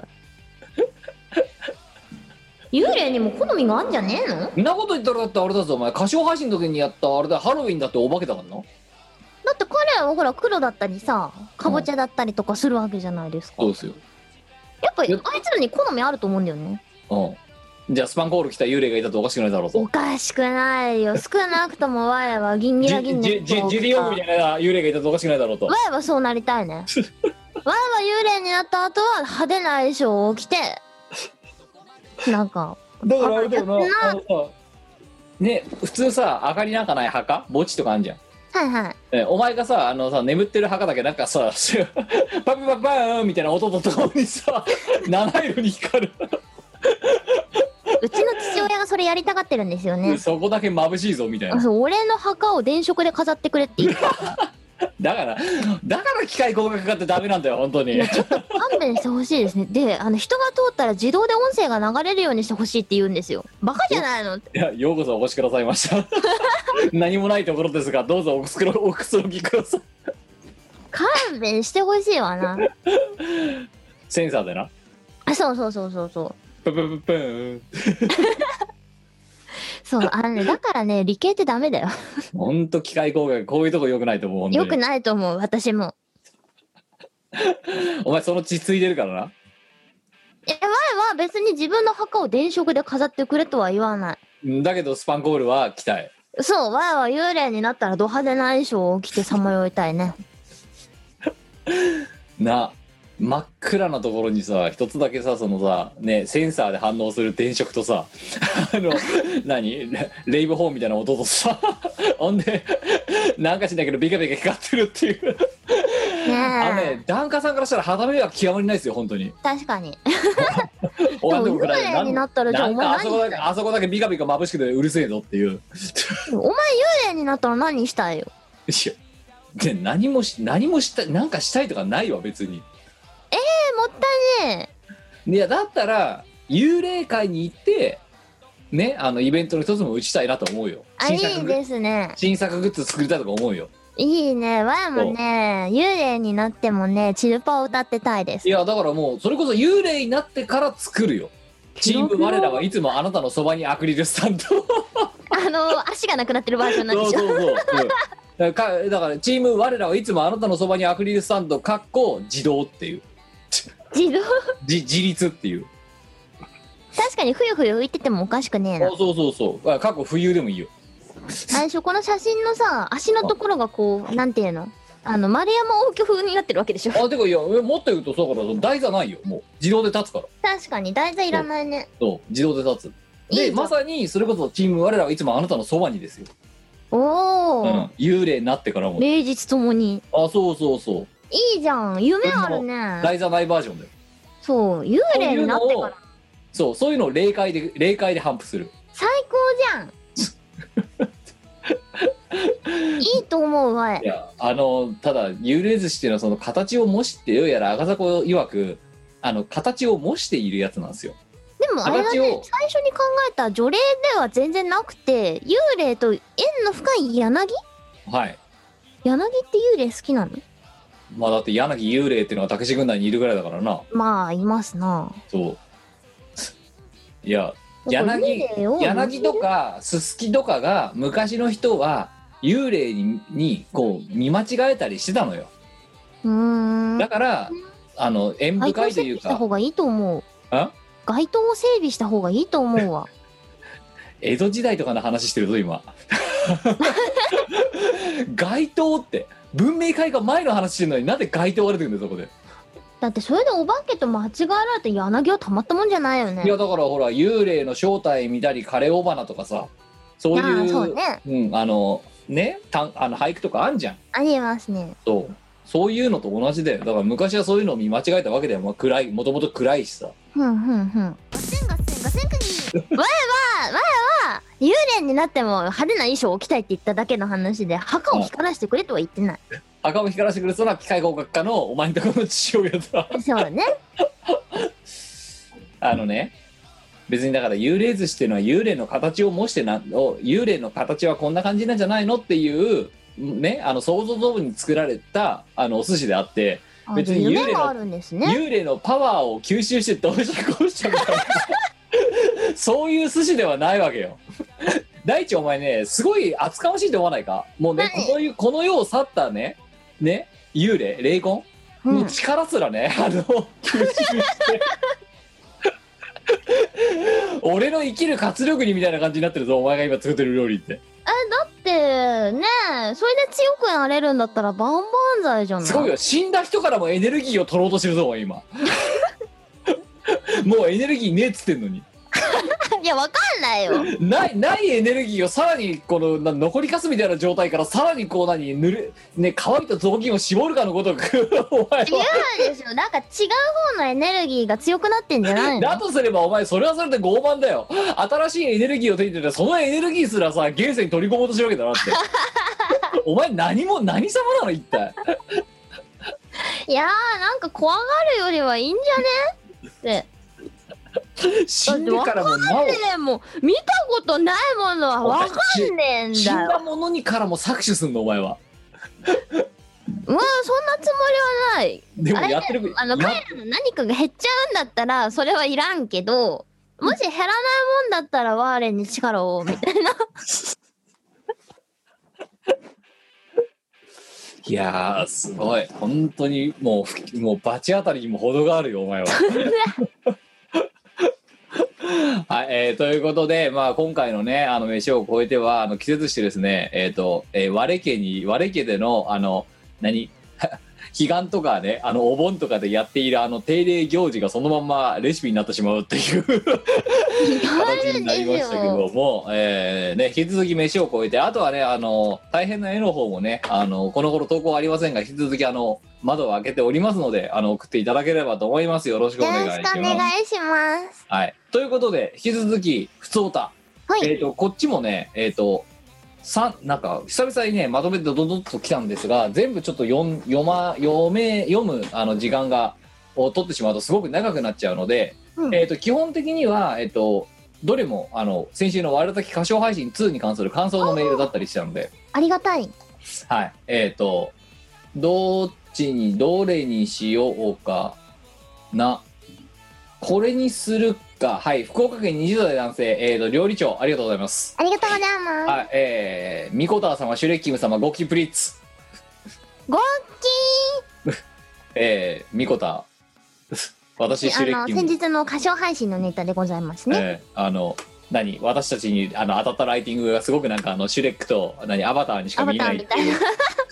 幽霊にも好みがあんじゃねえの？ そんなこと言ったらだってあれだぞお前、歌唱配信の時にやったあれだハロウィンだってお化けだからな。 だって彼はほら黒だったりさかぼちゃだったりとかするわけじゃないですか。 そうですよ。 やっぱりあいつらに好みあると思うんだよね。 じゃあスパンコール着た幽霊がいたとおかしくないだろうと。 おかしくないよ。少なくとも我はギンギラギンジュリオンみたいな幽霊がいたとおかしくないだろうと。 我はそうなりたいね。我は幽霊になった後は派手な衣装を着てなんかだからあれだよなね、普通さ明かりなんかない墓墓地とかあんじゃん。お前がさ眠ってる墓だけなんかさパンパンパンみたいな音とともにさ七色に光るうちの父親がそれやりたがってるんですよね。 そこだけ眩しいぞみたいな。 俺の墓を電飾で飾ってくれって言ってだから機械工学かかってダメなんだよ本当に。 ちょっと勘弁してほしいですね。で人が通ったら自動で音声が流れるようにしてほしいって言うんですよ。バカじゃないのって。 いやようこそお越しくださいました何もないところですがどうぞおくつろぎください。 勘弁してほしいわな。 センサーでな。 そうププププーンそうだからね理系ってダメだよ。 ほんと機械工学こういうとこ良くないと思う。 良くないと思う私も。 お前その血ついてるからな。 前は別に自分の墓を電飾で飾ってくれとは言わない。 だけどスパンコールは着たい。 そう前は幽霊になったらド派手な衣装を着てさまよいたいね。 真っ暗なところにさ一つだけさセンサーで反応する電飾とさレイブホーンみたいな音とさほんでなんかしないけどビカビカ光ってるっていう檀家さんからしたら肌目は極まりないですよ本当に。 確かに。 お前でも幽霊になったらじゃあお前あそこだけビカビカ眩しくてうるせえぞっていうお前幽霊になったら何したいよ。 で何もしたいなんかしたいとかないわ別に。 もったいねえ。いやだったら幽霊会に行ってね、イベントの一つも打ちたいなと思うよ。 いいですね。 新作グッズ作りたいとか思うよ。 いいね。わいもね、幽霊になってもね、チルパを歌ってたいです。 いやだからもうそれこそ幽霊になってから作るよ。チーム我らはいつもあなたのそばにアクリルスタンド足がなくなってるバージョンなんでしょ。 そう、だからチーム我らはいつもあなたのそばにアクリルスタンドかっこ自動っていう自動自立っていう。 確かに冬冬浮いててもおかしくねえな。 そう過去冬でもいいよ。 最初この写真のさ、足のところがこうなんていうの、丸山応挙風になってるわけでしょ。 てかいやもっと言うとそうから台座ないよ、もう自動で立つから。 確かに台座いらないね。 そう自動で立つ。でまさにそれこそチーム我らはいつもあなたのそばにですよ。 おお、 幽霊になってからも名実ともに。 そういいじゃん、夢あるね。 台座ないバージョンで。 そう幽霊になってから。 そういうのを霊界で頒布する。 最高じゃん。いいと思うわい。 いやただ幽霊寿司っていうのはその形を模してよやら赤坂曰く形を模しているやつなんですよ。 でもあれだね、最初に考えた除霊では全然なくて、幽霊と縁の深い柳。 はい。 柳って幽霊好きなの？ まあだって柳幽霊っていうのはたけし軍団にいるぐらいだからな。 まあいますな。 そういや柳とかススキとかが昔の人は幽霊にこう見間違えたりしてたのよ。だから縁深いというか、 街灯を整備した方がいいと思う。街灯を整備した方がいいと思うわ。 江戸時代とかの話してるぞ今。街灯って文明開化前の話してるのになんで街灯割れてくるんだよそこで。 だってそれでお化けと間違えられて柳はたまったもんじゃないよね。 いやだからほら幽霊の正体見たり枯れ尾花とかさ、そういうそうね、 俳句とかあんじゃん。 ありますね。 そういうのと同じだよ。だから昔はそういうのを見間違えたわけだよ。もともと暗いしさ。わは幽霊になっても派手な衣装を着たいって言っただけの話で、墓を光らせてくれとは言ってない。 墓を光らせてくれそうな機械工学科のお前んとこの父親だ。 そうね。 別にだから幽霊寿司っていうのは幽霊の形を模して幽霊の形はこんな感じなんじゃないのっていうね、想像通りに作られたお寿司であって、別に幽霊のパワーを吸収してどうしてこうしてみたいなそういう寿司ではないわけよ。大地お前ね、すごい厚かましいと思わないか。もうね、この世を去ったね幽霊霊魂の力すらね、吸収して俺の生きる活力にみたいな感じになってるぞ、お前が今作ってる料理って。 だってね、それで強くなれるんだったら万々歳じゃない。 すごいよ、死んだ人からもエネルギーを取ろうとしてるぞ今。もうエネルギーねえっつってんのに。 いやわかんないよ。 ないエネルギーをさらにこの残りかすみたいな状態からさらにこう乾いた雑巾を絞るかのごとくお前は違うですよ。なんか違う方のエネルギーが強くなってんじゃないの？ だとすればお前それはそれで傲慢だよ。新しいエネルギーを手に入れてそのエネルギーすらさ現世に取り込もうとしてるわけだなって。お前何様なの一体。 いやーなんか怖がるよりはいいんじゃねって。 死んでからももう見たことないものは分かんねえんだよ。 死んだものにからも搾取すんのお前は。 そんなつもりはない。 でもやってる彼らの何かが減っちゃうんだったらそれはいらんけど、もし減らないもんだったら我に力をみたいな。 いやーすごい本当にもうバチ当たりにも程があるよお前は。はい、ということで、今回のね飯を超えては季節してですね、我家での彼岸とかねお盆とかでやっている定例行事がそのまんまレシピになってしまうっていう形になりましたけども、引き続き飯を超えて、あとはね大変な絵の方もねこの頃投稿ありませんが引き続き窓を開けておりますので送っていただければと思います。よろしくお願いします。 よろしくお願いします。 はい、ということで引き続きふつおた、はい、こっちもねなんか久々にねまとめてドドッと来たんですが、全部ちょっと読む時間がを撮ってしまうとすごく長くなっちゃうので、基本的には、どれも先週の我ら的歌唱配信2に関する感想のメールだったりしたので、 ありがたい。 はい、どれにしようかな、これにするか。はい、福岡県20代男性、料理長ありがとうございます。 ありがとうございます。 はい、ミコター様、シュレッキム様、ゴッキープリッツ。 ゴッキミコター私シュレッキム、 先日の歌唱配信のネタでございますね。 私たちに当たったライティングがすごくなんかシュレックとアバターにしか見えないっていう。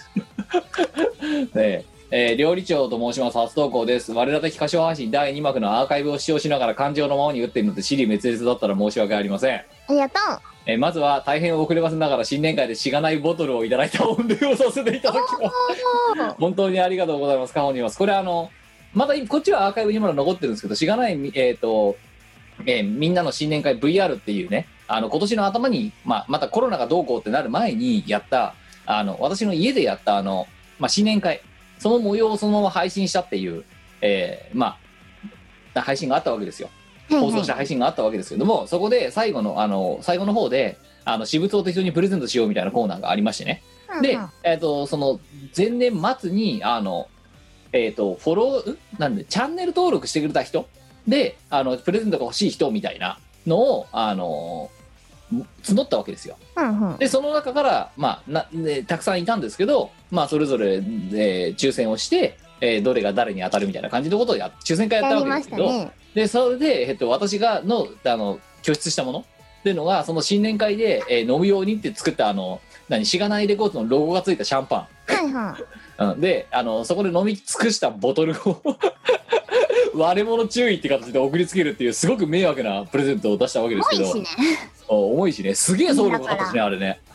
料理長と申します。初投稿です。我ら的歌唱配信第2幕のアーカイブを使用しながら感情のままに打っているので尻滅裂だったら申し訳ありません。 ありがとう。まずは大変遅ればせながら新年会でしがないボトルをいただいた御礼をさせていただきます。本当にありがとうございます。過去にいます。これまだこっちはアーカイブにまだ残ってるんですけど、しがないみんなの新年会 VR っていうね、今年の頭に、またコロナがどうこうってなる前にやった私の家でやった新年会、その模様をそのまま配信したっていう、配信があったわけですよ。放送した配信があったわけですけども、そこで最後の方で私物を適当にプレゼントしようみたいなコーナーがありましてね。で、その前年末にフォローなんでチャンネル登録してくれた人でプレゼントが欲しい人みたいなのを募ったわけですよ。でその中からたくさんいたんですけど、それぞれ、抽選をして、どれが誰に当たるみたいな感じのことを抽選会やったわけですけど、でそれで、私が拠出したものっていうのがその新年会で、飲むようにって作ったしがないレコードのロゴがついたシャンパン、でそこで飲み尽くしたボトルを割れ物注意って形で送りつけるっていうすごく迷惑なプレゼントを出したわけですけど、重いしね、すげえ送料かかったしね、あれね。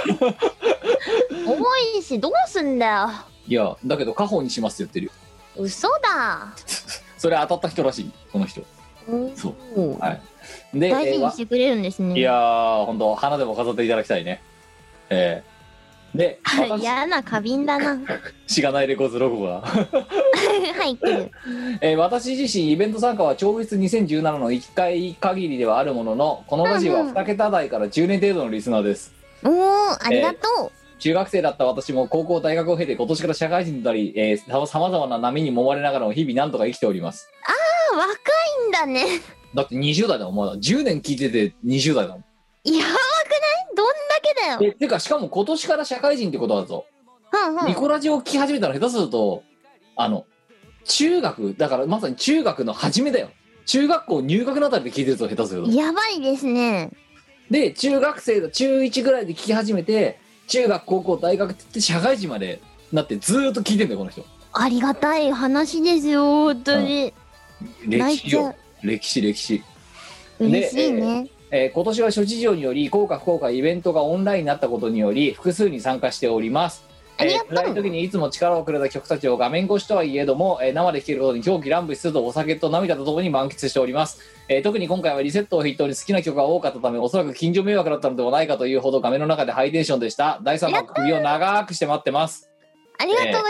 重いしどうすんだよ。 いやだけど家宝にしますって言ってるよ。 嘘だ。 それ当たった人らしい、この人。そう、はい、 で大事にしてくれるんですね。 いやー本当花でも飾っていただきたいね。で嫌な花瓶だな。 しがないレコーズロゴが入ってる。 私自身イベント参加は超越2017の1回限りではあるものの、このラジオは2桁台から10年程度のリスナーです。 おー、ありがとう。 中学生だった私も高校大学を経て今年から社会人となり、さまざまな波に揉まれながらも日々なんとか生きております。 あー、若いんだね。 だって20代だもん、まだ10年聞いてて20代だもん。 やばくない？どんだけだよ。 てかしかも今年から社会人ってことだぞ。ニコラジオ聞き始めたら下手すると中学だから、まさに中学の初めだよ。中学校入学のあたりで聞いてると下手するとやばいですね。 で中学生中1ぐらいで聞き始めて、中学高校大学って言って社会人までなってずーっと聞いてんだよこの人。 ありがたい話ですよ本当に。 歴史よ、歴史嬉しいね。 今年は諸事情により幸か不幸かイベントがオンラインになったことにより複数に参加しております。暗い時にいつも力をくれた曲たちを画面越しとはいえども、生で聴けることに狂気乱舞しつつお酒と涙とともに満喫しております。特に今回はリセットを筆頭に好きな曲が多かったため、おそらく近所迷惑だったのではないかというほど画面の中でハイテンションでした。第3幕首を長くして待ってます。 ありがとうございます。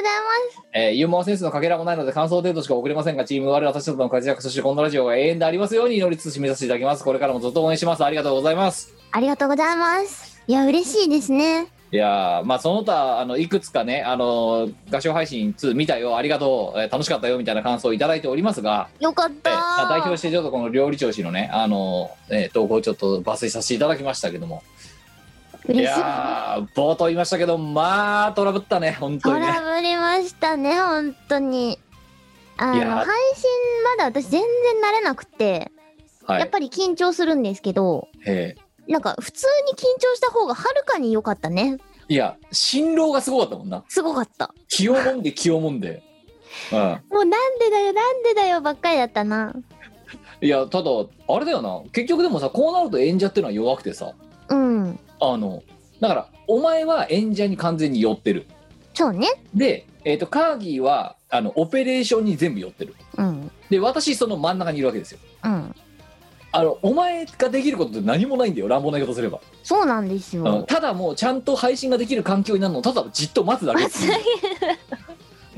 ユーモアセンスのかけらもないので感想程度しか送れませんが、チーム我々私たちの活躍、そしてこのラジオが永遠でありますように祈りつつ締めさせていただきます。これからもずっと応援します。ありがとうございます。 ありがとうございます。いや嬉しいですね。 いやその他いくつかね合唱配信2見たよ、ありがとう、楽しかったよみたいな感想をいただいておりますが、 よかった。 代表してちょっとこの料理長氏のね投稿をちょっと抜粋させていただきましたけども、いや冒頭言いましたけどトラブったね本当にね。 トラブりましたね本当に。配信まだ私全然慣れなくて、やっぱり緊張するんですけど、なんか普通に緊張した方がはるかに良かったね。 いや心労がすごかったもんな。 すごかった。 気をもんで気をもんで、 もうなんでだよばっかりだったな。 いやただあれだよな、結局でもさこうなると演者っていうのは弱くてさ、だからお前は演者に完全に寄ってる。 そうね。 でカーギーはオペレーションに全部寄ってる。で私その真ん中にいるわけですよ。お前ができることって何もないんだよ、乱暴な言い方すれば。 そうなんですよ。 ただもうちゃんと配信ができる環境になるのをただじっと待つだけ。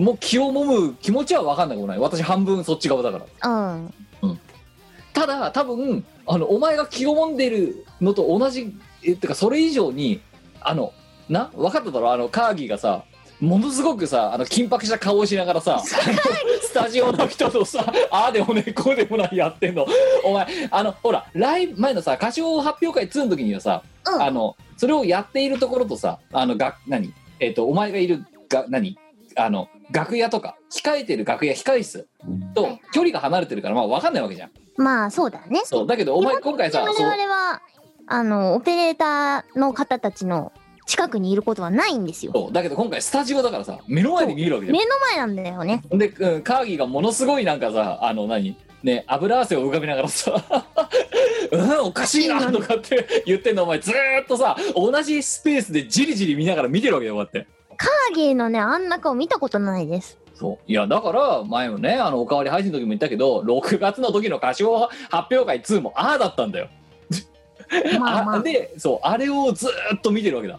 もう気をもむ気持ちは分かんなくもない。私半分そっち側だから。うん。 ただ多分お前が気をもんでるのと同じってかそれ以上に分かっただろ、カーギーがさものすごくさ緊迫した顔をしながらさスタジオの人とさああでもねこうでもないやってんの。お前ほら前のさ歌唱発表会2の時にはさ、それをやっているところとさお前がいる楽屋とか控えてる楽屋控室と距離が離れてるから分かんないわけじゃん。 まあそうだね。 そうだけどお前今回さ、 我々はオペレーターの方たちの近くにいることはないんですよ。 そうだけど今回スタジオだからさ目の前で見えるわけじゃん。 目の前なんだよね。 で、カーギーがものすごいなんかさ油汗を浮かべながらさおかしいなとかって言ってんのお前ずーっとさ同じスペースでじりじり見ながら見てるわけよこうやって。 カーギーのねあんな顔見たことないです。 そういやだから前もねおかわり配信の時も言ったけど6月の時の歌唱発表会2もああだったんだよ。でそうあれをずーっと見てるわけだ。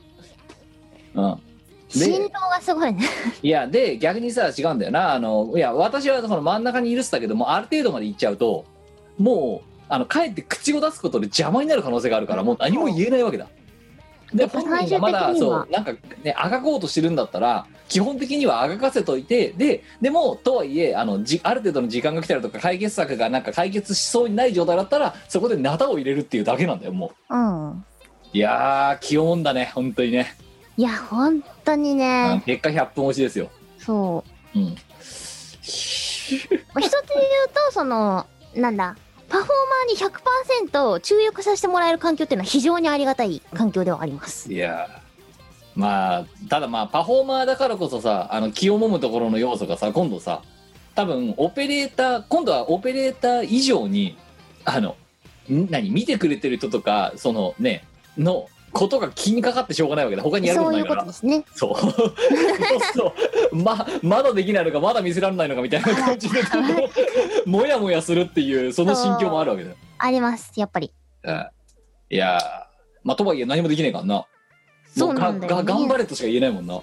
振動がすごいね。 いやで逆にさ違うんだよな。いや私はその真ん中にいるっつったけどもある程度まで行っちゃうともうかえって口を出すことで邪魔になる可能性があるからもう何も言えないわけだ。で本人がまだそうなんかねあがこうとしてるんだったら基本的にはあがかせといてでもとはいえある程度の時間が来たりとか解決策がなんか解決しそうにない状態だったらそこでナタを入れるっていうだけなんだよもう。 いやー気をもんだね本当にね。 いや本当にね。 結果100分押しですよ。 そう。一つ言うとなんだパフォーマーに 100% 注力させてもらえる環境っていうのは非常にありがたい環境ではあります。 いやまあただパフォーマーだからこそさ気をもむところの要素がさ今度さ多分今度はオペレーター以上に見てくれてる人とかのことが気にかかってしょうがないわけだ。他にやることないから。 そういうことですね。 そうまだできないのかまだ見せられないのかみたいな感じでもやもやするっていうその心境もあるわけだよ。 ありますやっぱり。 いやとはいえ何もできないからな。 そうなんだよね。 頑張れとしか言えないもんな。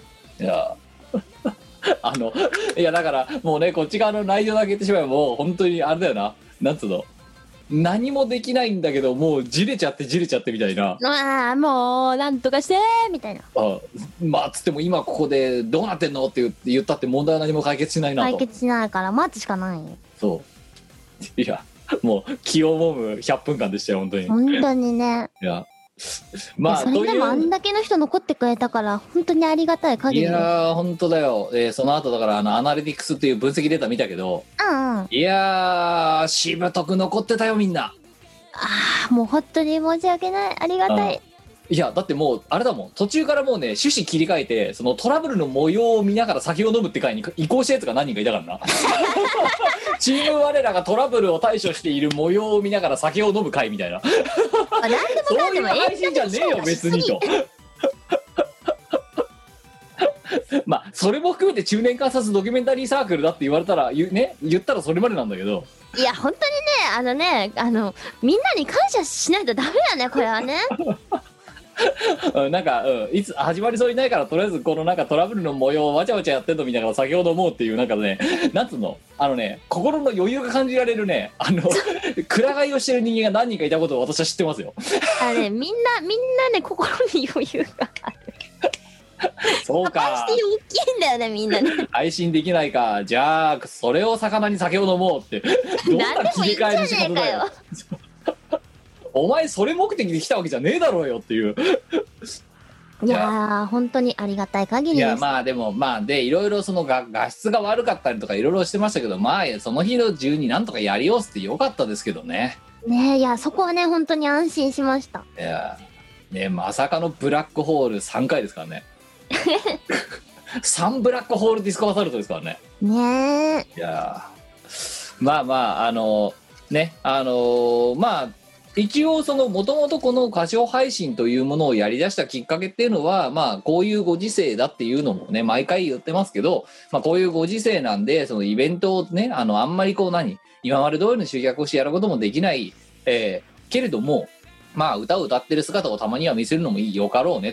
いやだからもうねこっち側の内容だけ言ってしまえばもう本当にあれだよな。なんつうの何もできないんだけどもうじれちゃってみたいな。 もうなんとかしてみたいな。 つっても今ここでどうなってんのって言ったって問題は何も解決しないなと。 解決しないから待つしかない。 そういやもう気をもむ100分間でしたよ本当に。 本当にね。 いやそれでもあんだけの人残ってくれたから本当にありがたい限りです。 いや本当だよ。その後だからアナリティクスっていう分析データ見たけど、いやしぶとく残ってたよみんな。 もう本当に申し訳ない。ありがたい。 いやだってもうあれだもん途中からもうね趣旨切り替えてそのトラブルの模様を見ながら酒を飲むって回に移行したやつが何人かいたからな。チーム我らがトラブルを対処している模様を見ながら酒を飲む回みたいな。そういう配信じゃねえよ別にと。それも含めて中年観察ドキュメンタリーサークルだって言われたら言ったらそれまでなんだけど。 いや本当にねみんなに感謝しないとダメだねこれはね。 いつ始まりそうにないからとりあえずこのトラブルの模様をわちゃわちゃやってんの見ながら酒を飲もうっていうなんつうの心の余裕が感じられるねくら替えをしてる人間が何人かいたことを私は知ってますよ。 みんなね心に余裕がある。 そうか。 大きいんだよねみんなね。 配信できないかじゃあそれを魚に酒を飲もうってどんな切り替えの仕方だよ。お前それ目的で来たわけじゃねえだろうよっていう。 いや本当にありがたい限りです。 いやでもでいろいろその画質が悪かったりとかいろいろしてましたけどその日の中になんとかやりようってよかったですけどね。 いやそこはね本当に安心しました。 いやまさかのブラックホール3回ですからね。3ブラックホールディスコアサルトですからね。いや一応もともとこの歌唱配信というものをやりだしたきっかけっていうのはこういうご時世だっていうのもね毎回言ってますけど、こういうご時世なんでそのイベントをねあんまり今まで通りの集客をしてやることもできない、けれども歌を歌ってる姿をたまには見せるのもよかろうねと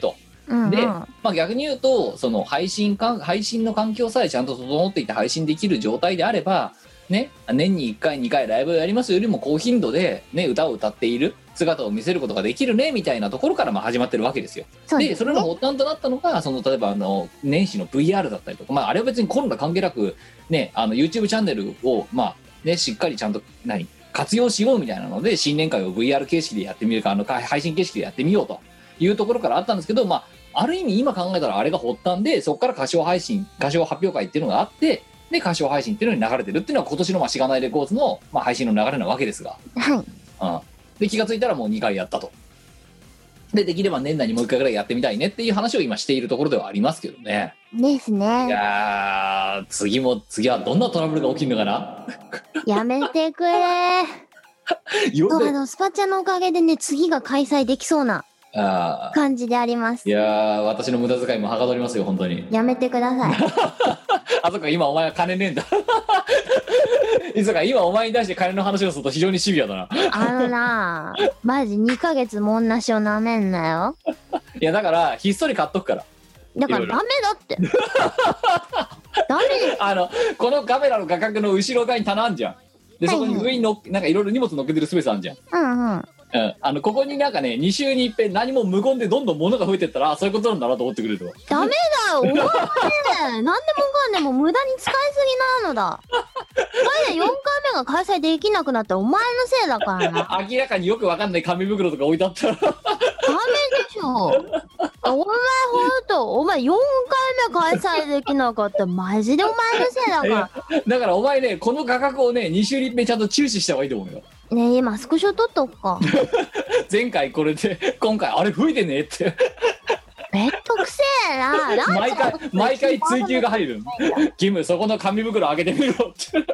で、まあ、逆に言うとその配信の環境さえちゃんと整っていて配信できる状態であればね、年に1回2回ライブをやりますよりも高頻度で、ね、歌を歌っている姿を見せることができるねみたいなところからまあ始まってるわけですよ。でそれの発端となったのがその例えば年始の VR だったりとか、まあ、あれは別にコロナ関係なく、ね、YouTube チャンネルを、まあね、しっかりちゃんと活用しようみたいなので新年会を VR 形式でやってみるか配信形式でやってみようというところからあったんですけど、まあ、ある意味今考えたらあれが発端でそこから歌唱発表会っていうのがあってで歌唱配信っていうのに流れてるっていうのは今年のまあしがないレコーズの、まあ、配信の流れなわけですが、はい、で気がついたらもう2回やったと。できれば年内にもう1回ぐらいやってみたいねっていう話を今しているところではありますけどね。 ですね。 いや次はどんなトラブルが起きるのかな。 やめてくれスパチャのおかげでね次が開催できそうな感じであります。 いや私の無駄遣いもはかどりますよ本当に。 やめてくださいあそっか今お前は金ねえんだいつか今お前に対して金の話をすると非常にシビアだなマジ2ヶ月も同じをなめんなよいやだからひっそり買っとくからだからダメだってダメこのカメラの画角の後ろ側に棚あんじゃんで、そこに上になんかいろいろ荷物乗っけてるスペースあんじゃん。ここになんかね2週に一遍何も無言でどんどん物が増えてったらそういうことなんだなと思ってくれると。 ダメだよお前ね何でもかんでも無駄に使いすぎなのだお前ね4回目が開催できなくなったらお前のせいだからな明らかによくわかんない紙袋とか置いてあったらダメでしょお前ほんとお前4回目開催できなかったらマジでお前のせいだからだからお前ねこの画角をね2週に一遍ちゃんと注視した方がいいと思うよねえ今スクショ撮っとくか前回これで今回あれ吹いてねってめっとくせえな毎回追求が入るキムそこの紙袋開けてみろって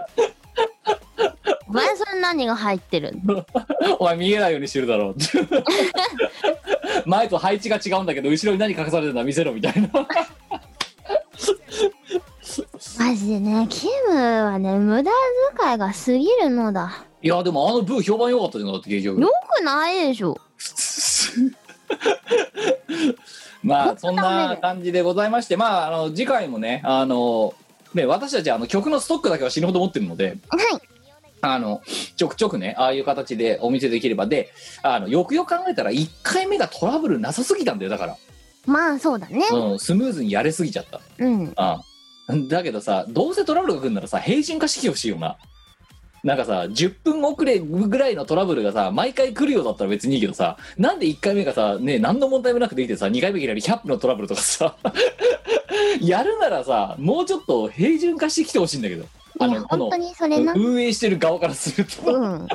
お前それ何が入ってるのお前見えないようにしてるだろうって前と配置が違うんだけど後ろに何隠されてるのは見せろみたいなマジでねキムはね無駄遣いが過ぎるのだ。 いやでもブー評判良かったじゃんだって結局。 よくないでしょまあそんな感じでございましてまあ次回もねね私たち曲のストックだけは死ぬほど持ってるので、はい、ちょくちょくねああいう形でお見せできればでよくよく考えたら1回目がトラブルなさすぎたんだよだからまあそうだね、 スムーズにやれすぎちゃった、だけどさどうせトラブルが来るならさ平準化してほしいよな。なんかさ10分遅れぐらいのトラブルがさ毎回来るようだったら別にいいけどさなんで1回目がさね何の問題もなくできてさ2回目いきなり100分のトラブルとかさやるならさもうちょっと平準化してきてほしいんだけど本当にそれな運営してる側からすると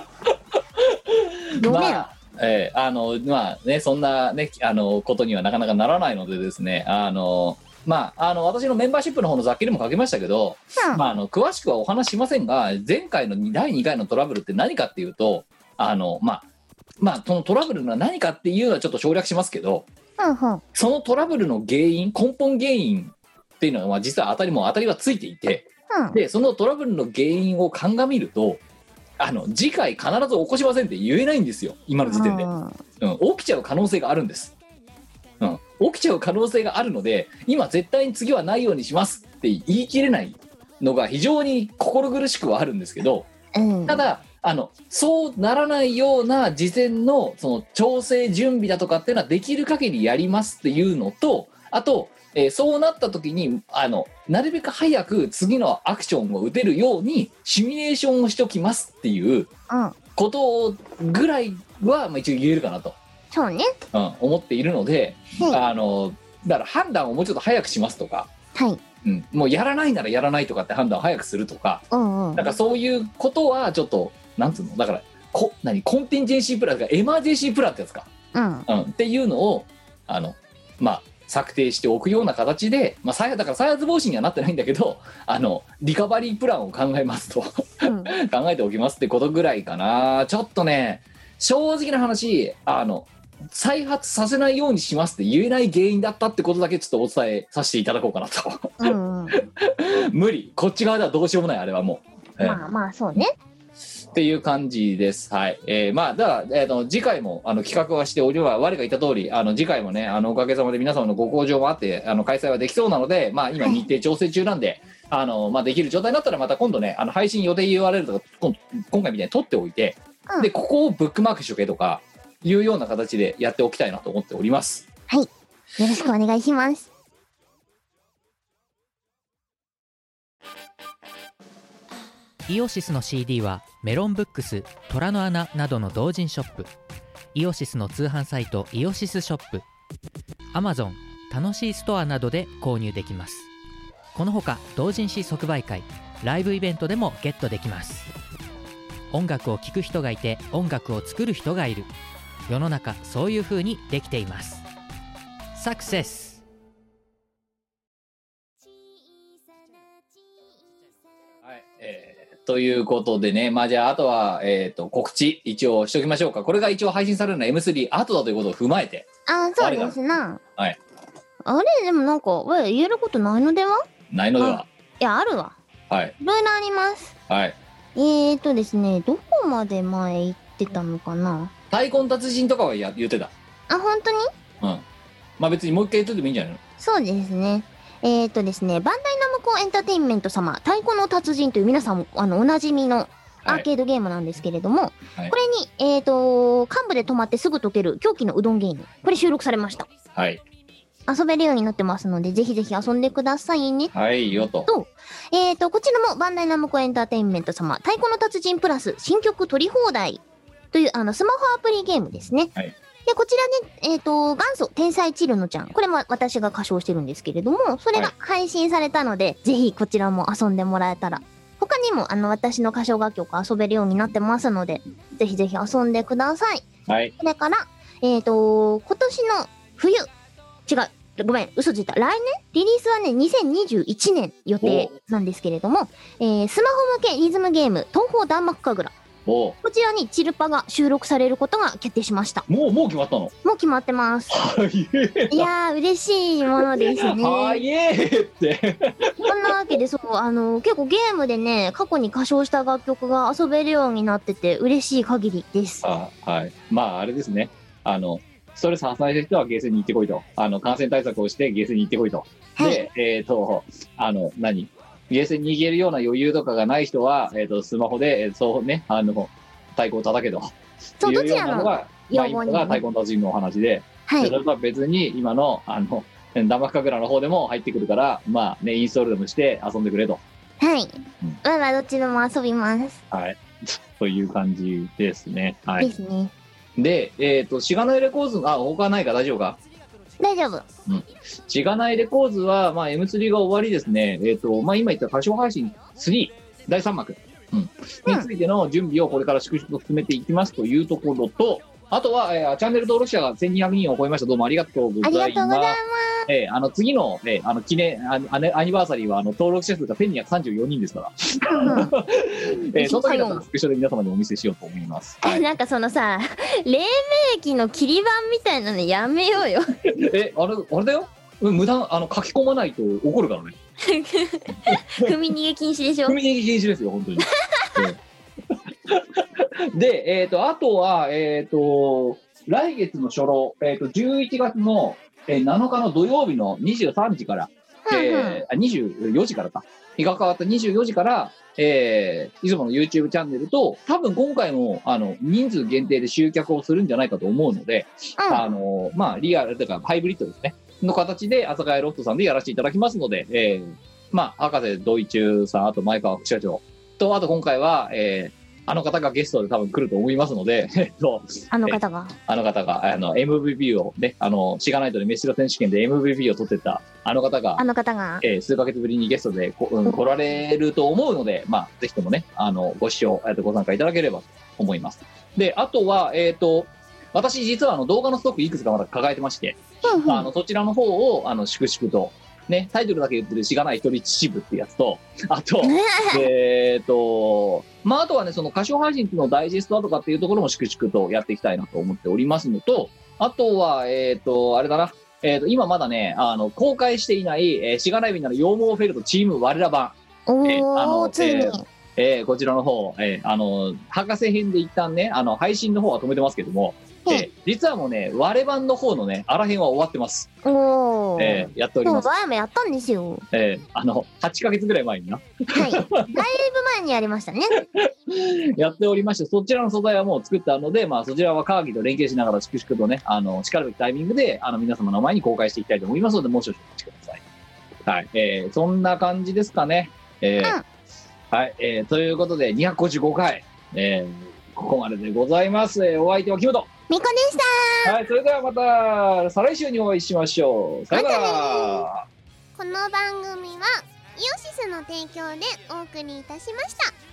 まあまあねそんなねことにはなかなかならないのでですねまあ、私のメンバーシップの方の雑記でも書きましたけど、まあ、詳しくはお話しませんが前回の第2回のトラブルって何かっていうとまあそのトラブルが何かっていうのはちょっと省略しますけど、そのトラブルの原因根本原因っていうのは実は当たりはついていて、でそのトラブルの原因を鑑みると次回必ず起こしませんって言えないんですよ今の時点で、起きちゃう可能性があるんです。起きちゃう可能性があるので今絶対に次はないようにしますって言い切れないのが非常に心苦しくはあるんですけど、ただそうならないような事前のその調整準備だとかっていうのはできる限りやりますっていうのとあと、そうなった時になるべく早く次のアクションを打てるようにシミュレーションをしておきますっていうことぐらいは一応言えるかなと。 そうね、 思っているので、だから判断をもうちょっと早くしますとか、もうやらないならやらないとかって判断を早くするとか、なんかそういうことはちょっとなんつうのだからコンテンジェンシープランがエマージェンシープランってやつか、っていうのをまあ策定しておくような形で、だから再発防止にはなってないんだけどリカバリープランを考えますと、考えておきますってことぐらいかな。ちょっとね正直な話再発させないようにしますって言えない原因だったってことだけちょっとお伝えさせていただこうかなと無理こっち側ではどうしようもないあれはもう、 まあそうねっていう感じです。はい。まあだから、次回も企画はしておりは、我が言った通り次回もねおかげさまで皆様のご好評もあって開催はできそうなので、まあ今日程調整中なんで、まあできる状態になったらまた今度ね配信予定 URL とか今回みたいに取っておいて、でここをブックマークしとけとかいうような形でやっておきたいなと思っております。 はい。よろしくお願いします。 イオシスの CD はメロンブックス、虎の穴などの同人ショップ、イオシスの通販サイトイオシスショップ、Amazon、楽しいストアなどで購入できます。このほか同人誌即売会、ライブイベントでもゲットできます。音楽を聴く人がいて音楽を作る人がいる。世の中そういう風にできています。サクセス。 ということでね、まあじゃああとは、告知一応しておきましょうか。これが一応配信されるのは M3 後だということを踏まえて。 そうですな。 はい。 あれでもなんか言えることないのでは？ ないのでは？ いや、あるわ。 はい。 いろいろあります。 はい。 ですね、どこまで前行ってたのかな。 太鼓の達人とかは言ってた。 本当に？ うん。まあ別にもう一回言っといてもいいんじゃないの？そうですね。ですね、バンダイナムコエンターテインメント様、太鼓の達人という皆さんもおなじみのアーケードゲームなんですけれども、はい、これに、幹部で止まってすぐ解ける狂気のうどんゲーム、これ収録されました。 はい。 遊べるようになってますので、ぜひぜひ遊んでくださいね。 はいよと。 こちらもバンダイナムコエンターテインメント様、太鼓の達人プラス新曲取り放題というスマホアプリゲームですね。はい。で、こちらね、元祖天才チルノちゃん。これも私が歌唱してるんですけれども、それが配信されたので、ぜひこちらも遊んでもらえたら。他にも私の歌唱楽曲遊べるようになってますので、ぜひぜひ遊んでください。 はい。 それから、今年の冬、ごめん、嘘ついた。来年リリースはね、2021年予定なんですけれども、スマホ向けリズムゲーム、東方弾幕神楽。こちらにチルパが収録されることが決定しました。 もう決まったの？もう決まってます。いやー嬉しいものですね。 ってこんなわけで結構ゲームでね過去に歌唱した楽曲が遊べるようになってて嬉しい限りです。 はい。まああれですね。ストレス発散した人はゲーセンに行ってこいと。感染対策をしてゲーセンに行ってこいと。はい、でゲーセンに行けるような余裕とかがない人は、スマホで、そうね、太鼓を叩けと。 そう、 いうようなのが、今が太鼓の達人のお話で、はい、それとは別に今の、弾幕神楽の方でも入ってくるから、まあね、インストールでもして遊んでくれと。 はい。どっちでも遊びます。 はい。という感じですね。はい。 ですね。 で、しがないレコーズ、他ないか大丈夫か？ 大丈夫。 しがないレコーズは、まあ、M3 が終わりですね。まあ、今言った歌唱配信3、第3幕、についての準備をこれから粛々と進めていきますというところと、あとは、チャンネル登録者が1200人を超えました。どうもありがとうございます。 ありがとうございます。 次の、記念アニバーサリーは登録者数が1234人ですから。その時のスペシャルで皆様にお見せしようと思います。 はい、なんかそのさ、黎明期の切り板みたいなのやめようよ。 あれだよ。無駄書き込まないと怒るからね。 踏み逃げ禁止でしょ。 踏み逃げ禁止ですよ本当に。で、あとは、来月の初老、11月の、7日の土曜日の23時から、24時からか。日が変わった24時から、いつもの YouTube チャンネルと、多分今回も、人数限定で集客をするんじゃないかと思うので、まあ、リアル、だからハイブリッドですね。の形で、阿佐ヶ谷ロフトさんでやらせていただきますので、まあ、博士土井中さん、あと前川副社長と、あと今回は、あの方がゲストで多分来ると思いますので、 あの方が MVP をね、しがないとでメッシュラ選手権で MVP を取ってたあの方が、数ヶ月ぶりにゲストで来られると思うので、まあ、ぜひともね、ご視聴、ご参加いただければと思います。で、あとは、私実は動画のストックいくつかまだ抱えてまして、そちらの方を、粛々と、ね、タイトルだけ言ってるしがない一人秩父ってやつと、あと、まあ、あとはね、その歌唱配信のダイジェストとかっていうところも粛々とやっていきたいなと思っておりますのと、あとは、あれだな、今まだね、公開していない、しがないみんなの羊毛フェルトチーム我ら版。 ついに。 こちらの方、博士編で一旦ね、配信の方は止めてますけども、実はもうね、我版の方のね、あら編は終わってます。 おー。 やっております。 そう、バヤもやったんですよ。 8ヶ月ぐらい前にな。 はい。だいぶ前にやりましたね。 やっておりまして、そちらの素材はもう作ったので、まあ、そちらは川木と連携しながら、粛々とね、しかるべきタイミングで、皆様の前に公開していきたいと思いますので、もう少々お待ちください。はい。そんな感じですかね。はい。ということで、255回、ここまででございます。お相手は木本。 みこでした。 はい、それではまた再来週にお会いしましょう。さよなら。 この番組はイオシスの提供でお送りいたしました。